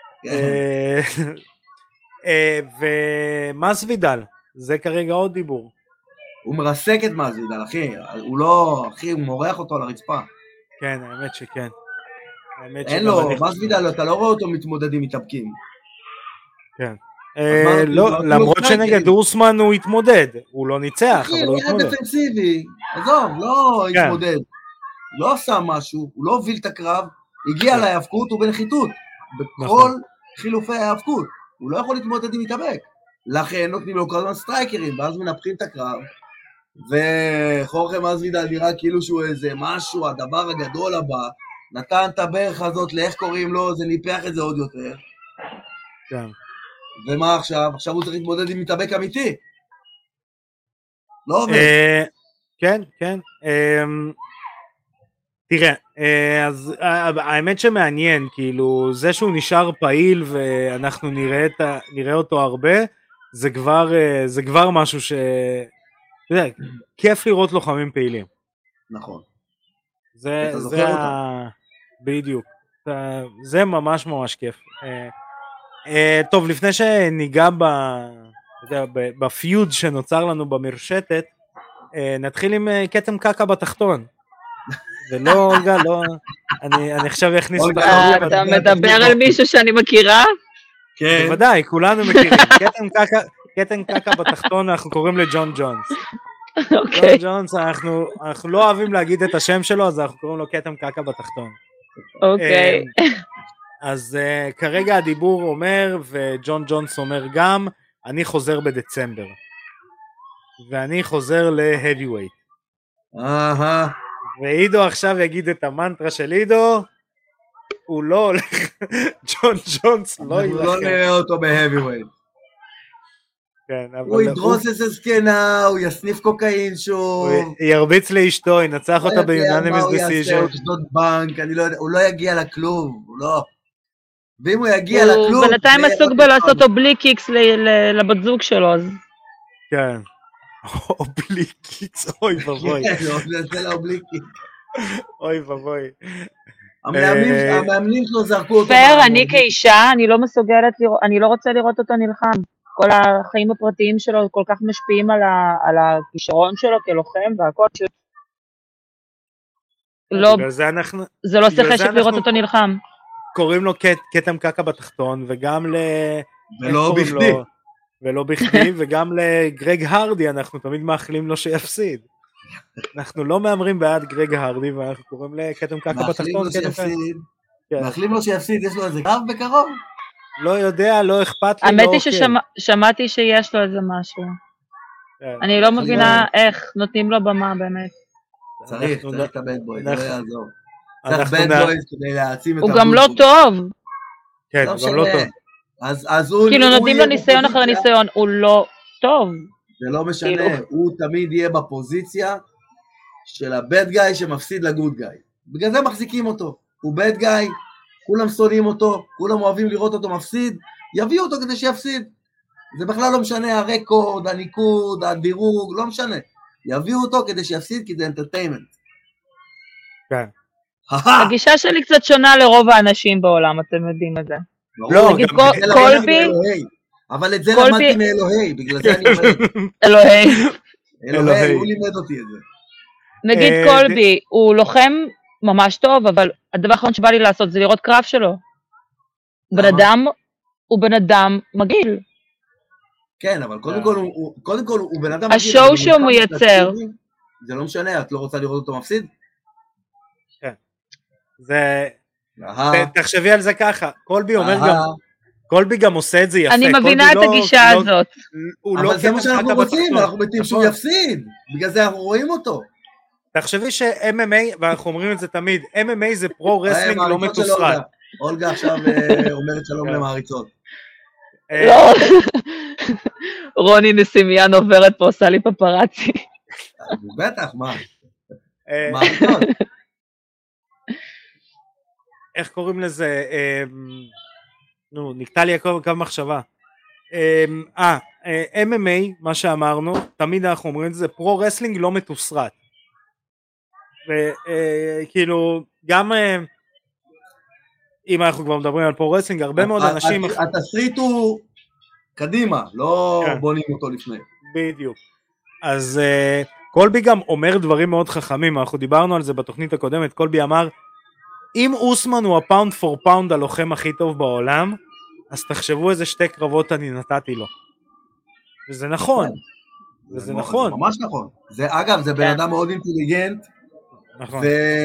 ומסוידל, זה כרגע עוד דיבור. הוא מרסק את מסוידל, אחי. הוא מורח אותו על הרצפה. כן, האמת שכן. אין לו, מסוידל, אתה לא רואה אותו מתמודד עם מתאבקים. כן. למרות שנגד אוסמן הוא התמודד, הוא לא ניצח, אבל הוא התמודד. הוא היה דפנסיבי, עזוב, לא התמודד. לא עשה משהו, הוא לא הוביל את הקרב, הגיע להיאבקות ובנחיתות, בכל חילופי ההיאבקות, הוא לא יכול להתמודד עם מתאבק, לכן נותנים לו כל הזמן סטרייקרים, ואז מנפחים את הקרב, וחורכה מסוידל נראה כאילו שהוא איזה משהו, הדבר הגדול הבא, נתן את הברך הזאת לאיך קוראים לו, זה ניפח את זה עוד יותר. כן. ומה עכשיו? עכשיו הוא צריך להתמודד עם מתאבק אמיתי. לא עובד. כן, כן. תראה, אז האמת שמעניין, כאילו, זה שהוא נשאר פעיל ואנחנו נראה אותו הרבה, זה כבר משהו ש... אתה יודע, כיף לראות לוחמים פעילים. נכון. בדיוק. זה ממש ממש כיף. טוב, לפני שניגע בפיוד שנוצר לנו במרשתת, נתחיל עם כתם קקה בתחתון. ולא, אולגה, לא... אני עכשיו אכניס... אתה מדבר על מישהו שאני מכירה? כן. בוודאי, כולנו מכירים. קטן קקה בתחתון, אנחנו קוראים לג'ון ג'ונס. ג'ון ג'ונס, אנחנו לא אוהבים להגיד את השם שלו, אז אנחנו קוראים לו קטן קקה בתחתון. אוקיי. אז כרגע הדיבור אומר, וג'ון ג'ונס אומר גם, אני חוזר בדצמבר. ואני חוזר להביווייט. ואידו עכשיו יגיד את המנטרה של אידו, הוא לא הולך, ג'ון ג'ונס לא ילחם. לא נראה אותו בהביווייט. כן, הוא ידרוס איזה זקנה, הוא יסניף קוקאין שוב. הוא ירביץ לאשתו, ינצח אותה ביוננימס דיסיז'ן. הוא ישדוד בנק, אני לא יודע, הוא לא יגיע לכלום, הוא לא. ואם הוא יגיע לכלום... הוא בינתיים עסוק בלעשות אותו בלי קיקס לבת זוג שלו, אז... כן. או בלי קיקס, אוי ובוי. כן, זה לא בלי קיקס. אוי ובוי. המאמנים שלו זרקו אותו. פייר, אני כאישה, אני לא מסוגלת, אני לא רוצה לראות אותו נלחם. כל החיים הפרטיים שלו כל כך משפיעים על הכישרון שלו כלוחם והכל. זה לא שכל שף לראות אותו נלחם. קוראים לו כתם קקה בתחתון, וגם ולא בכדי, וגם לגרג הרדי אנחנו תמיד מאחלים לו שיפסיד. אנחנו לא מאמרים בעד גרג הרדי, ואנחנו קוראים לכתם קקה בתחתון. מאחלים לו שיפסיד, יש לו איזה קרב בקרוב? לא יודע, לא אכפת לי. האמת היא ששמעתי שיש לו איזה משהו. אני לא מבינה איך נותנים לו במה באמת. צריך את הבד בוי, זה לא יעזור. צריך בד בוי כדי להעצים את... הוא גם לא טוב. כן, הוא גם לא טוב. כאילו נותנים לו ניסיון אחרי ניסיון, הוא לא טוב. זה לא משנה, הוא תמיד יהיה בפוזיציה של הבד גאי שמפסיד לגוד גאי. בגלל זה מחזיקים אותו. הוא בד גאי, כולם שונאים אותו, כולם אוהבים לראות אותו מפסיד, יביאו אותו כדי שיפסיד. זה בכלל לא משנה, הרקורד, הניקוד, הדירוג, לא משנה. יביאו אותו כדי שיפסיד, כי זה אנטרטיימנט. כן. הגישה שלי קצת שונה לרוב האנשים בעולם, אתם יודעים את זה. לא, נגיד קולבי... אבל את זה למדתי מאלוהי, בגלל זה אני אומר... אלוהי, הוא לימד אותי את זה. נגיד קולבי, הוא לוחם ממש טוב, אבל הדבר האחרון שבא לי לעשות זה לראות קרב שלו. בן אדם הוא בן אדם מגעיל. כן, אבל קודם כל הוא בן אדם מגעיל. השואו שהוא מייצר. זה לא משנה, את לא רוצה לראות אותו מפסיד? כן. זה... תחשבי על זה ככה, קולבי גם עושה את זה יפה. אני מבינה את הגישה הזאת. אבל זה מה שאנחנו רוצים, אנחנו מתים שהוא יפסיד. בגלל זה אנחנו רואים אותו. תחשבי ש-MMA, ואנחנו אומרים את זה תמיד, MMA זה פרו-רסלינג לא מתוסרט. אולגה עכשיו אומרת שלום למעריצות. לא, רוני נסימיאן עוברת פה, עושה לי פפרצי. בטח, מה? מעריצות. איך קוראים לזה? נו, נקטע לי קו מחשבה. MMA, מה שאמרנו, תמיד אנחנו אומרים את זה, פרו-רסלינג לא מתוסרט. וכאילו גם אם אנחנו כבר מדברים על פרו-רסלינג, הרבה מאוד אנשים... התסריט הוא קדימה, לא בונים אותו לפני. בדיוק. אז קולבי גם אומר דברים מאוד חכמים, אנחנו דיברנו על זה בתוכנית הקודמת, קולבי אמר, אם אוסמן הוא הפאונד פור פאונד הלוחם הכי טוב בעולם, אז תחשבו איזה שתי קרבות אני נתתי לו. וזה נכון. וזה נכון. ממש נכון. אגב, זה בן אדם מאוד אינטליגנט, נכון.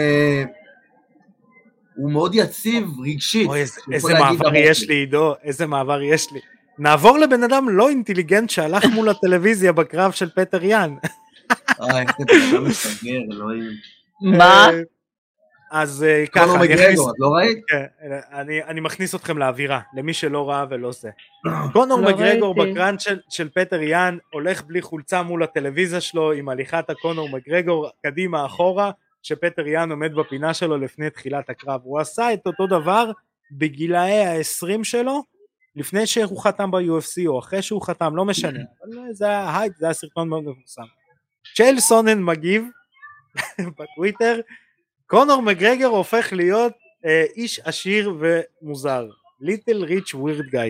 והוא מאוד יציב רגשית. אוי, איזה מעבר יש לי, עידו, איזה מעבר יש לי. נעבור לבן אדם לא אינטליגנט שהלך מול הטלוויזיה בקרב של פטר יאן. איזה פתאום מסגר, אלוהים. מה? אז ככה, קונור מגרגור, את לא ראית? אני מכניס אתכם לאווירה, למי שלא ראה ולא זה. קונור מגרגור בקרב של פטר יאן הולך בלי חולצה מול הטלוויזיה שלו עם הליכת הקונור מגרגור קדימה אחורה, שפטר יאן עומד בפינה שלו לפני תחילת הקרב. הוא עשה את אותו דבר בגילאי ה-20 שלו, לפני שהוא חתם ב-UFC או אחרי שהוא חתם, לא משנה. זה היה הייפ, זה היה סרטון מאוד מפורסם. צ'ייל סונן מגיב בטוויטר, קונור מגרגור הופך להיות איש עשיר ומוזר. ליטל ריץ' ווירד גאי.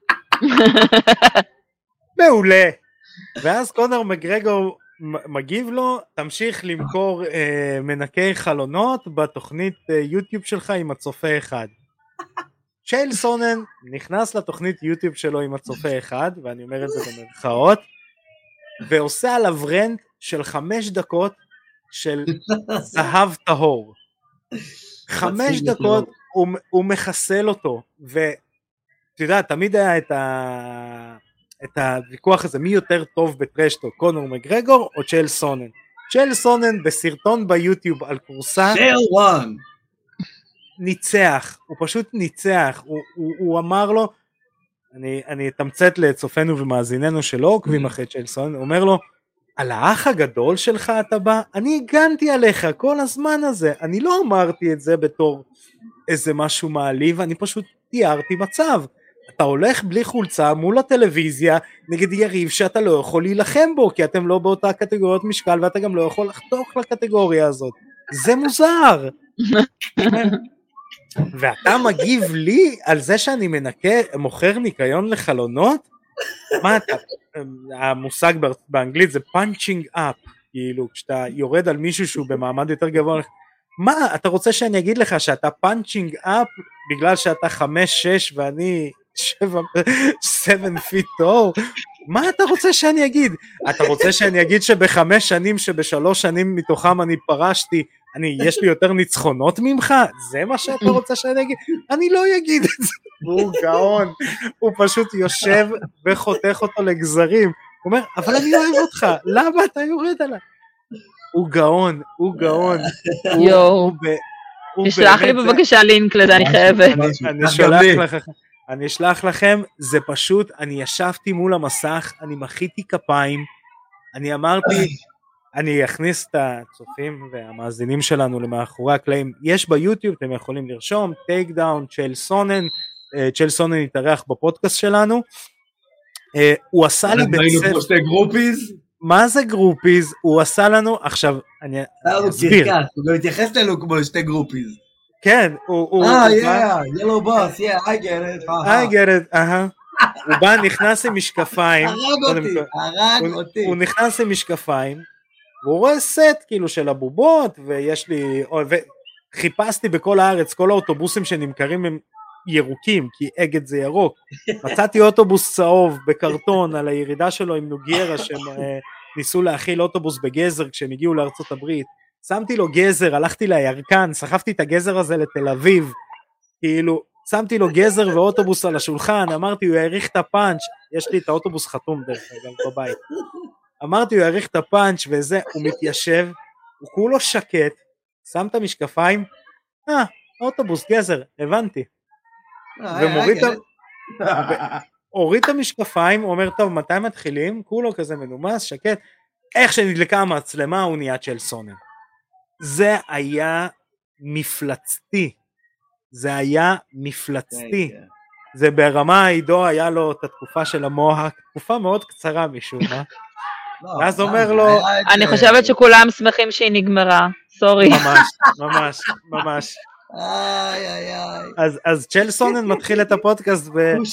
מעולה. ואז קונור מגרגור מגיב לו, תמשיך למכור מנקי חלונות בתוכנית יוטיוב שלך עם הצופה אחד. צ'ייל סונן נכנס לתוכנית יוטיוב שלו עם הצופה אחד, ואני אומר את זה במרכאות, ועושה עליו רנט של 5 דקות של זהב טהור. 5 דקות הוא מחסל אותו, ואתה יודע, תמיד היה את הוויכוח הזה, מי יותר טוב בטרשטו, קונור מגרגור או צ'ייל סונן. צ'ייל סונן בסרטון ביוטיוב על קורסה, ניצח, הוא פשוט ניצח, הוא אמר לו, אני אתמצת לצופנו ומאזיננו שלא עוקבים אחרי צ'ייל סונן, הוא אומר לו, על האח הגדול שלך אתה בא, אני הגנתי עליך כל הזמן הזה, אני לא אמרתי את זה בתור איזה משהו מעליב, אני פשוט תיארתי מצב, אתה הולך בלי חולצה מול הטלוויזיה נגד יריב שאתה לא יכול להילחם בו, כי אתם לא באותה קטגוריות משקל ואתה גם לא יכול לחתוך לקטגוריה הזאת, זה מוזר. ואתה מגיב לי על זה שאני מוכר ניקיון לחלונות? מה אתה, המושג באנגלית זה punching up, כאילו כשאתה יורד על מישהו שהוא במעמד יותר גבוה, מה אתה רוצה שאני אגיד לך שאתה punching up בגלל שאתה 5-6 ואני 7 feet tall? מה אתה רוצה שאני אגיד? אתה רוצה שאני אגיד שב5 שנים שב3 שנים מתוכם אני פרשתי, יש לי יותר ניצחונות ממך? זה מה שאתה רוצה שאני אגיד? אני לא אגיד את זה. הוא גאון, הוא פשוט יושב וחותך אותו לגזרים, הוא אומר, אבל אני אוהב אותך, למה אתה יורד עליי? הוא גאון, הוא גאון. יואו, תשלח לי בבקשה לינק לזה, אני חייבת. אני אשלח לכם, זה פשוט, אני ישבתי מול המסך, אני מחיתי כפיים, אני אמרתי, אני אכניס את הצופים והמאזינים שלנו למאחורי הקלעים, יש ביוטיוב, אתם יכולים לרשום, טייק דאון, צ'ייל סונן, צ'ייל סונן יתארח בפודקאסט שלנו, הוא עשה לי שתי גרופיז? מה זה גרופיז? הוא עשה לנו, עכשיו, אני אסביר. הוא גם התייחס לנו כמו שתי גרופיז. כן, yellow boss, I get it. I get it, הוא בא, נכנס עם משקפיים. הרג אותי. הוא נכנס עם משקפיים, והוא רואה סט כאילו של הבובות, ויש לי, חיפשתי בכל הארץ, כל האוטובוסים שנמכרים הם ירוקים, כי אגד זה ירוק. מצאתי אוטובוס צהוב בקרטון על הירידה שלו עם נוגיירה, שהם ניסו להכיל אוטובוס בגזר כשהם הגיעו לארצות הברית. שמתי לו גזר, הלכתי לירקן, סחפתי את הגזר הזה לתל אביב, כאילו, שמתי לו גזר ואוטובוס על השולחן, אמרתי, הוא יעריך את הפאנץ', יש לי את האוטובוס חתום דרך אגב בבית. אמרתי, הוא יעריך את הפאנץ' וזה, הוא מתיישב, הוא כולו שקט, שם את המשקפיים, אוטובוס, גזר, הבנתי. הוריד את המשקפיים, הוא אומר, טוב, מתי מתחילים? כולו כזה מנומס, שקט, איך שנדלקה המצלמה, הוא נהיה צ'ייל סונן. זה היה מפלצתי, זה היה מפלצתי, זה ברמה, עידו היה לו את התקופה של המוח, תקופה מאוד קצרה משום מה, ואז אומר לו, אני חושבת שכולם שמחים שהיא נגמרה, סורי. ממש. אז צ'ייל סונן מתחיל את הפודקאסט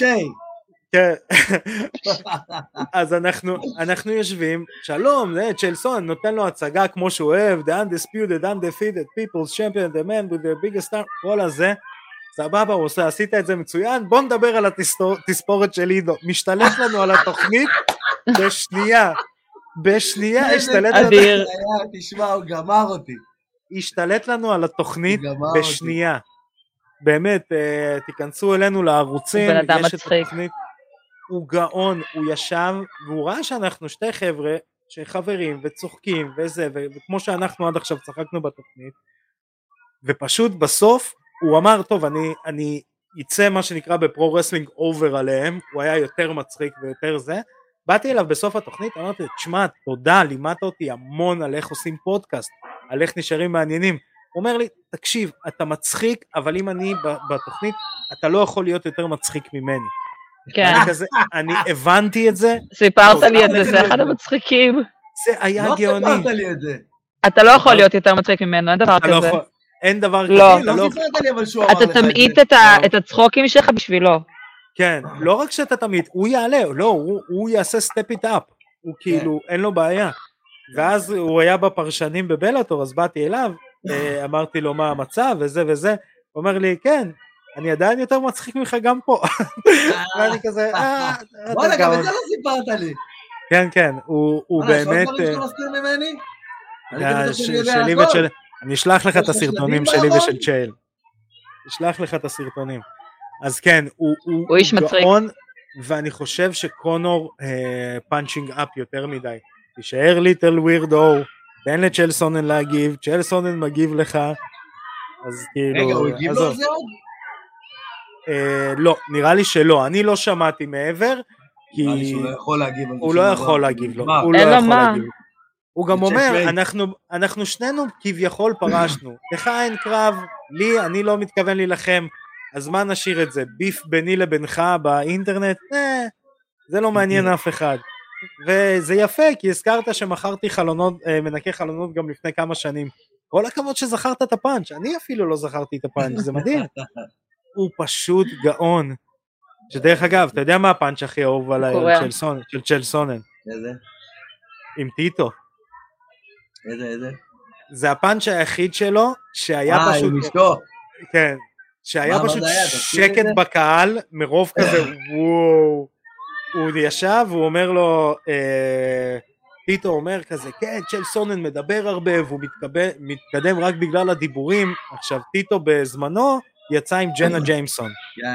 אז אנחנו יושבים, שלום, צ'ייל סונן נותן לו הצגה כמו שהוא אוהב, the undisputed, undefeated people's champion, the man with the biggest star, כל הזה, סבבה, הוא עושה, עשית את זה מצוין, בוא נדבר על התספורת של עידו, משתלט לנו על התוכנית בשנייה, השתלט לנו. תשמע, הוא גמר אותי. השתלט לנו על התוכנית בשנייה. באמת, תיכנסו אלינו לערוצים, הוא בן אדם מצחיק. הוא גאון, הוא ישב, והוא ראה שאנחנו שתי חבר'ה, שחברים וצוחקים וזה, וכמו שאנחנו עד עכשיו צחקנו בתוכנית, ופשוט בסוף הוא אמר, טוב, אני יצא מה שנקרא בפרו-רסלינג אובר עליהם, הוא היה יותר מצחיק ויותר זה, באתי אליו בסוף התוכנית, אמרתי, תשמע, תודה, לימדת אותי המון על איך עושים פודקאסט, על איך נשארים מעניינים, הוא אומר לי, תקשיב, אתה מצחיק, אבל אם אני בתוכנית, אתה לא יכול להיות יותר מצחיק ממני. כן. אני הבנתי את זה. סיפרת לי את זה, זה אחד המצחיקים. זה היה גאוני. לא סיפרת לי את זה. אתה לא יכול להיות יותר מצחיק ממנו, אין דבר כזה. אין דבר כזה. לא סיפרת לי אבל שהוא אמר לך את זה. אתה תמעיט את הצחוקים שלך בשבילו. כן, לא רק שאתה תמעיט, הוא יעלה, לא, הוא יעשה step it up. הוא כאילו, אין לו בעיה. ואז הוא היה בפרשנים בבלאטור, אז באתי אליו, אמרתי לו מה המצב וזה וזה, הוא אומר לי, כן, אני עדיין יותר מצחיק ממך גם פה. ואני כזה, וואלה, גם את זה לא סיפרת לי. כן, כן, הוא באמת... אני אשלח לך את הסרטונים שלי ושל צ'ייל. אשלח לך את הסרטונים. אז כן, הוא איש מצחיק. ואני חושב שקונור פאנצ'ינג אפ יותר מדי. תישאר ליטל ווירדו, תן לצ'לסונן להגיב, צ'לסונן מגיב לך, אז כאילו... רגע, הוא הגיב לו על זה עוד? לא, נראה לי שלא, אני לא שמעתי מעבר, כי... נראה לי שהוא לא יכול להגיב על זה. הוא לא יכול להגיב לו, הוא לא יכול להגיב. הוא גם אומר, אנחנו שנינו כביכול פרשנו, לך אין קרב, לי, אני לא מתכוון להילחם, אז מה נשאיר את זה? ביף ביני לבינך באינטרנט? זה לא מעניין אף אחד. וזה יפה, כי הזכרת שמכרתי חלונות, מנקי חלונות גם לפני כמה שנים. כל הכבוד שזכרת את הפאנץ', אני אפילו לא זכרתי את הפאנץ', זה מדהים. הוא פשוט גאון. שדרך אגב, אתה יודע מה הפאנץ' הכי אהוב עליי של צ'לסונן? איזה? עם טיטו. איזה? זה הפאנץ' היחיד שלו, שהיה פשוט... עם אשתו. כן, שהיה פשוט שקט בקהל, מרוב כזה, וואו. הוא ישב, הוא אומר לו, טיטו אומר כזה, כן, צ'לסונן מדבר הרבה, והוא מתקדם רק בגלל הדיבורים. עכשיו, טיטו בזמנו יצא עם ג'נה ג'יימסון.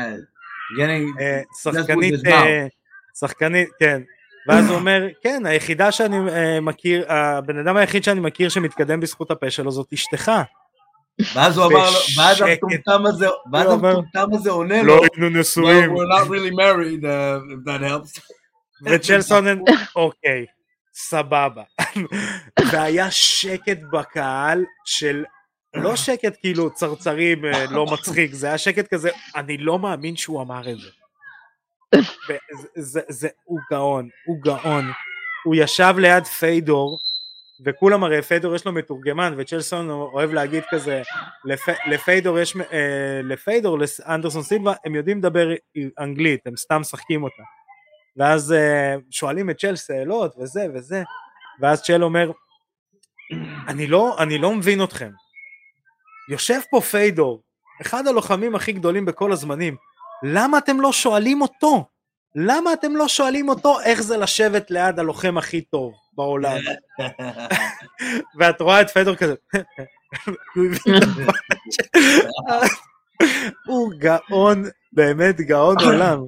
שחקנית, כן. ואז הוא אומר, כן, היחידה שאני מכיר, הבן אדם היחיד שאני מכיר שמתקדם בזכות הפה שלו, זאת אשתך. ואז הוא אמר לו, ואז המטומטם הזה עונה לו, לא היינו נשואים. We're not really married, if that helps. וצ'לסונן, אוקיי, סבבה. והיה שקט בקהל של, לא שקט כאילו צרצרים לא מצחיק, זה היה שקט כזה, אני לא מאמין שהוא אמר את זה. הוא גאון, הוא גאון. הוא ישב ליד פיידור, וכולם הרי פיידור יש לו מתורגמן, וצ'לסון אוהב להגיד כזה, לפיידור, לאנדרסון סילבה, הם יודעים לדבר אנגלית, הם סתם שחקים אותה. ואז שואלים את צ'ל שאלות וזה, ואז צ'ל אומר, אני לא מבין אתכם. יושב פה פיידור, אחד הלוחמים הכי גדולים בכל הזמנים, למה אתם לא שואלים אותו? למה אתם לא שואלים אותו איך זה לשבת ליד הלוחם הכי טוב בעולם? ואת רואה את פיידור כזה, הוא גאון, באמת גאון עולם.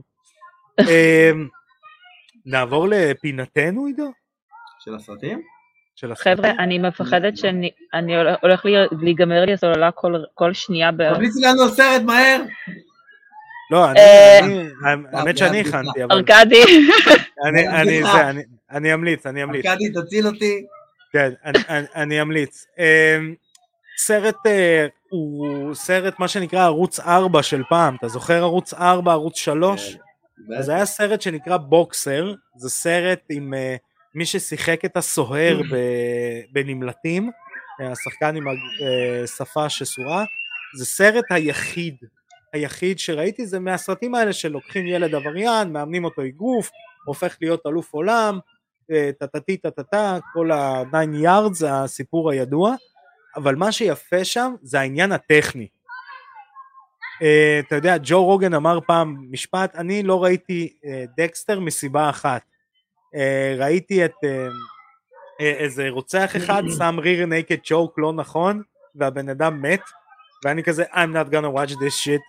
נעבור לפינתנו, עידו? של הסרטים? חבר'ה, אני מפחדת שאני הולך להיגמר לי הסוללה כל שנייה בערך. תמליצי לנו סרט מהר. לא, האמת שאני הכנתי, אבל... ארקדי. אני אמליץ. ארקדי, תציל אותי. כן, אני אמליץ. סרט הוא סרט מה שנקרא ערוץ 4 של פעם, אתה זוכר ערוץ 4, ערוץ 3? אז היה סרט שנקרא בוקסר, זה סרט עם מי ששיחק את הסוהר בנמלטים, השחקן עם השפה שסורה, זה סרט היחיד שראיתי, זה מהסרטים האלה שלוקחים ילד עבריין, מאמנים אותו אגרוף, הופך להיות אלוף עולם, כל ה-9 yards, זה הסיפור הידוע, אבל מה שיפה שם זה העניין הטכני. אתה יודע, ג'ו רוגן אמר פעם משפט, אני לא ראיתי דקסטר מסיבה אחת, ראיתי את איזה רוצח אחד שם ריר נקד צ'וק לא נכון, והבן אדם מת, ואני כזה, I'm not gonna watch this shit.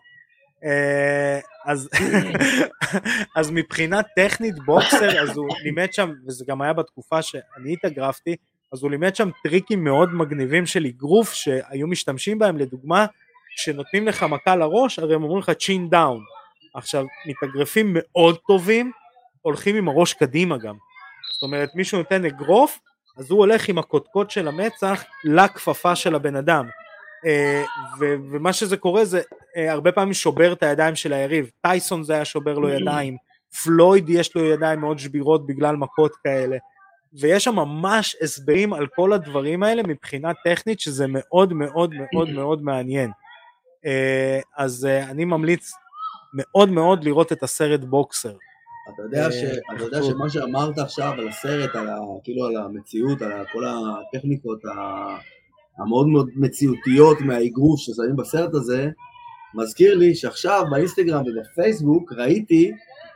אז מבחינה טכנית בוקסר, אז הוא לימד שם, וזה גם היה בתקופה שאני התאגרפתי, אז הוא לימד שם טריקים מאוד מגניבים של אגרוף, שהיו משתמשים בהם, לדוגמה, שנותנים לך מכה לראש, הרי הם אומרים לך צ'ין דאון. עכשיו, מתאגרפים מאוד טובים, הולכים עם הראש קדימה גם. זאת אומרת, מישהו נותן אגרוף, אז הוא הולך עם הקודקוד של המצח לכפפה של הבן אדם. ומה שזה קורה זה הרבה פעמים שובר את הידיים של היריב. טייסון זה היה שובר לו ידיים, פלויד יש לו ידיים מאוד שבירות בגלל מכות כאלה, ויש שם ממש הסברים על כל הדברים האלה מבחינה טכנית, שזה מאוד מאוד מאוד מאוד מעניין. אז אני ממליץ מאוד מאוד לראות את הסרט בוקסר. אתה יודע שמה שאמרת עכשיו על הסרט, כאילו על המציאות, על כל הטכניקות המאוד מאוד מציאותיות מהאגרוף ששמים בסרט הזה, מזכיר לי שעכשיו באינסטגרם ובפייסבוק ראיתי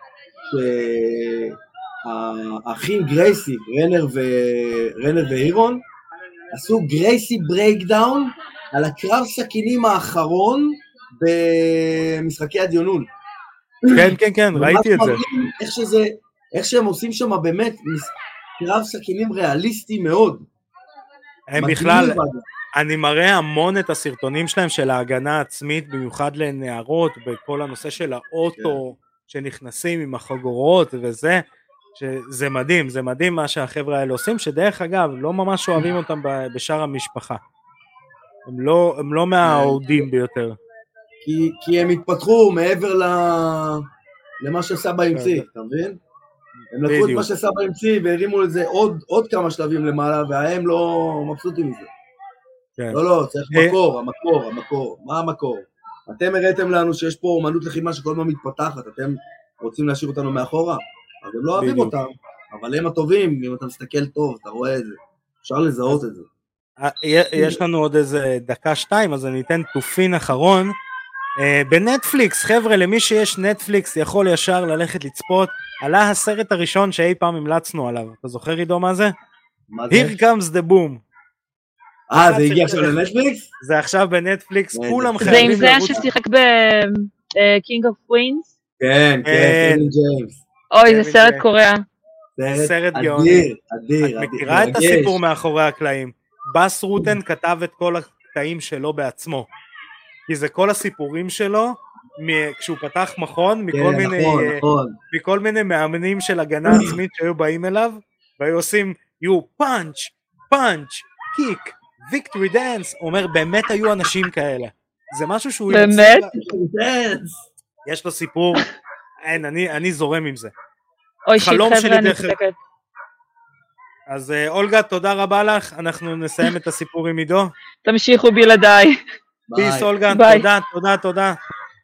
שהאחים גרייסי, רנר ואירון, עשו גרייסי ברייקדאון על הקרב סכינים האחרון במשחקי הדיונון. כן, כן, כן, ראיתי את זה. איך שהם עושים שם באמת קרב סכינים ריאליסטי מאוד. הם בכלל, אני מראה המון את הסרטונים שלהם של ההגנה העצמית, במיוחד לנערות, בכל הנושא של האוטו שנכנסים עם החגורות וזה, שזה מדהים, זה מדהים מה שהחבר'ה האלה עושים, שדרך אגב לא ממש אוהבים אותם בשאר המשפחה. הם לא מהאוהדים ביותר. כי הם התפתחו מעבר למה שסבא המציא, אתה מבין? הם לקחו את מה שסבא המציא והרימו את זה עוד כמה שלבים למעלה, והם לא מבסוטים מזה. לא, צריך המקור. מה המקור? אתם הראיתם לנו שיש פה אומנות לחימה שכל הזמן מתפתחת, אתם רוצים להשאיר אותנו מאחורה? אז הם לא אוהבים אותם, אבל הם הטובים, אם אתה מסתכל טוב, אתה רואה את זה. אפשר לזהות את זה. יש לנו עוד איזה דקה שתיים, אז אני אתן תופין אחרון. בנטפליקס, חבר'ה, למי שיש נטפליקס יכול ישר ללכת לצפות, עלה הסרט הראשון שאי פעם המלצנו עליו. אתה זוכר עידו מה זה? מה זה? Here comes the boom. זה הגיע עכשיו לנטפליקס? זה עכשיו בנטפליקס, כולם זה חייבים עם זה ששיחק ב-King of Queens? כן, ג'יימס. אוי, זה סרט קוריאה. סרט גאוני. אדיר. את מכירה את הסיפור מאחורי הקלעים? בס רוטן כתב את כל הקטעים שלו בעצמו, כי זה כל הסיפורים שלו, כשהוא פתח מכון, מכל מיני מאמנים של הגנה עצמית שהיו באים אליו, והיו עושים, punch, kick, victory dance, הוא אומר, באמת היו אנשים כאלה. זה משהו שהוא... באמת? יש לו סיפור, אני זורם עם זה. אוי, חבר'ה, אני צודקת. אז אולגה, תודה רבה לך, אנחנו נסיים את הסיפור עם עידו. תמשיכו בלעדיי. פיס אולגה, תודה.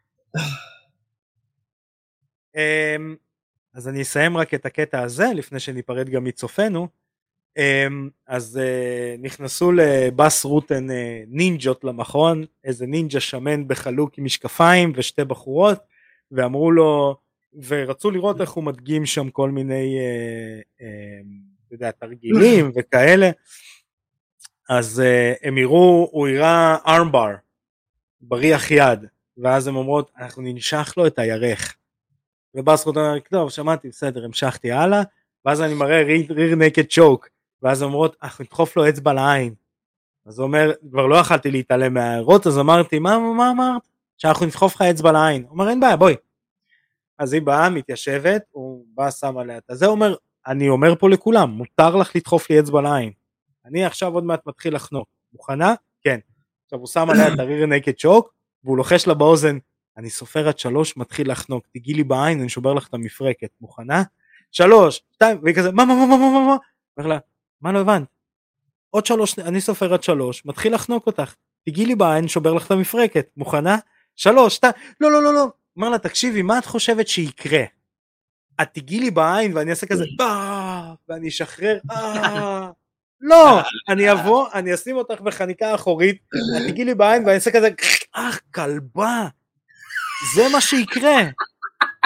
אז אני אסיים רק את הקטע הזה, לפני שניפרד גם מצופנו. אז נכנסו לבס רוטן נינג'ות למכון, איזה נינג'ה שמן בחלוק עם משקפיים ושתי בחורות, ואמרו לו, ורצו לראות איך הוא מדגים שם כל מיני תרגילים וכאלה. אז הם הוא הראה ארמבר בריח יד, ואז הם אומרות, אנחנו ננשך לו את הירך. ובס רוטן אומר, טוב, שמעתי, בסדר, המשכתי הלאה, ואז אני מראה ריר נקד צ'וק, ואז אומרות, אנחנו נדחוף לו אצבע לעין. אז הוא אומר, כבר לא יכלתי להתעלם מהערות, אז אמרתי, מה אמרת? שאנחנו נדחוף לך אצבע לעין. הוא אומר, אין בעיה, בואי. אז היא באה, מתיישבת, הוא בא, שם עליה את זה, הוא אומר, אני אומר פה לכולם, מותר לך לדחוף לי אצבע לעין. אני עכשיו עוד מעט מתחיל לחנוק. מוכנה? כן. עכשיו הוא שם עליה את הריר נקד צ'וק, והוא לוחש לה באוזן, אני סופר עד 3, מתחיל לחנוק, תגיעי לי בעין, אני שובר לך את המפרקת. מוכנה? 3, 2, והיא כזה, מה? אומר לה, מה לא הבנת? עוד 3, אני סופר עד 3, מתחיל לחנוק אותך, תגיעי לי בעין, שובר לך את המפרקת. מוכנה? 3, 2, לא. אומר לה, תקשיבי, מה את חושבת שיקרה? את תגיעי לי בעין, ואני אעשה כזה, ואני אשחרר, לא, אני אבוא, אני אשים אותך בחניקה האחורית, את תגיעי לי בעין, ואני אעשה כזה, כלבה, זה מה שיקרה.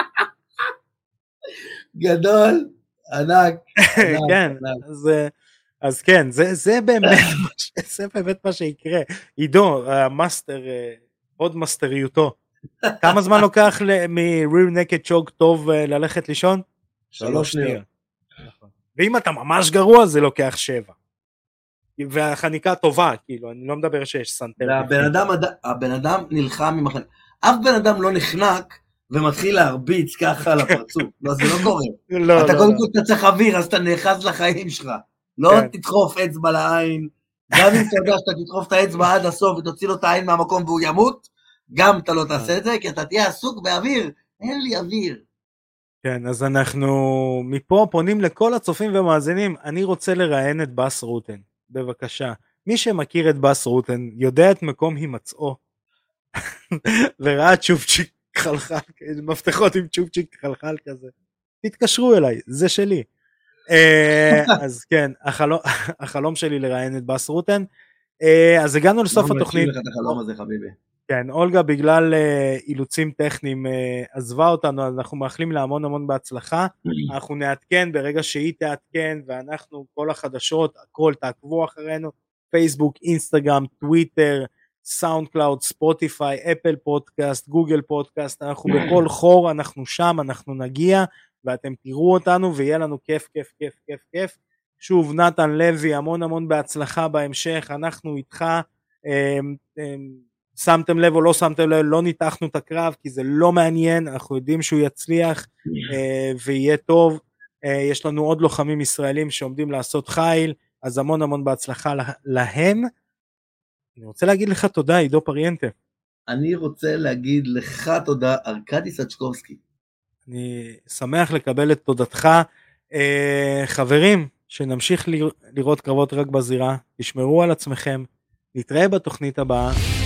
גדול, ענק. כן, אז אז כן, זה באמת מה שיקרה. עידו, המאסטר, עוד מאסטריותו. כמה זמן לוקח מ-rear naked choke טוב ללכת לישון? 3 שניות. ואם אתה ממש גרוע זה לוקח 7. והחניקה טובה, כאילו, אני לא מדבר שיש סנטר. הבן אדם נלחם עם החניקה. אף בן אדם לא נחנק ומתחיל להרביץ ככה על הפרצוף. לא, זה לא קורה. אתה קודם כל צריך אוויר, אז אתה נאחז לחיים שלך. לא תדחוף אצבע לעין. גם אם אתה יודע שאתה תדחוף את האצבע עד הסוף ותוציא לו את העין מהמקום והוא ימות, גם אתה לא תעשה את זה, כי אתה תהיה עסוק באוויר. אין לי אוויר. כן, אז אנחנו מפה פונים לכל הצופים ומאזינים. אני רוצה לראיין את בס רוטן. בבקשה. מי שמכיר את בס רוטן יודע את מקום הימצאו. וראה צ'ופצ'יק חלחל, מפתחות עם צ'ופצ'יק חלחל כזה. תתקשרו אליי, זה שלי. אז כן, החלום שלי לראיין את בס רוטן. אז הגענו לסוף התוכנית. לך את החלום הזה, חביבי. כן, אולגה בגלל אילוצים טכניים עזבה אותנו, אז אנחנו מאחלים לה המון בהצלחה. אנחנו נעדכן ברגע שהיא תעדכן, ואנחנו כל החדשות, הכל תעקבו אחרינו, פייסבוק, אינסטגרם, טוויטר, סאונד קלאוד, ספוטיפיי, אפל פודקאסט, גוגל פודקאסט, אנחנו בכל חור, אנחנו שם, אנחנו נגיע, ואתם תראו אותנו, ויהיה לנו כיף. שוב, נתן לוי, המון בהצלחה בהמשך, אנחנו איתך, שמתם לב או לא שמתם לב, לא ניתחנו את הקרב, כי זה לא מעניין, אנחנו יודעים שהוא יצליח, ויהיה טוב, יש לנו עוד לוחמים ישראלים שעומדים לעשות חיל, אז המון בהצלחה להם. אני רוצה להגיד לך תודה, עידו פריאנטה. אני רוצה להגיד לך תודה, ארקדי סצ'קובסקי. אני שמח לקבל את תודתך. חברים, שנמשיך לראות קרבות רק בזירה, תשמרו על עצמכם, נתראה בתוכנית הבאה.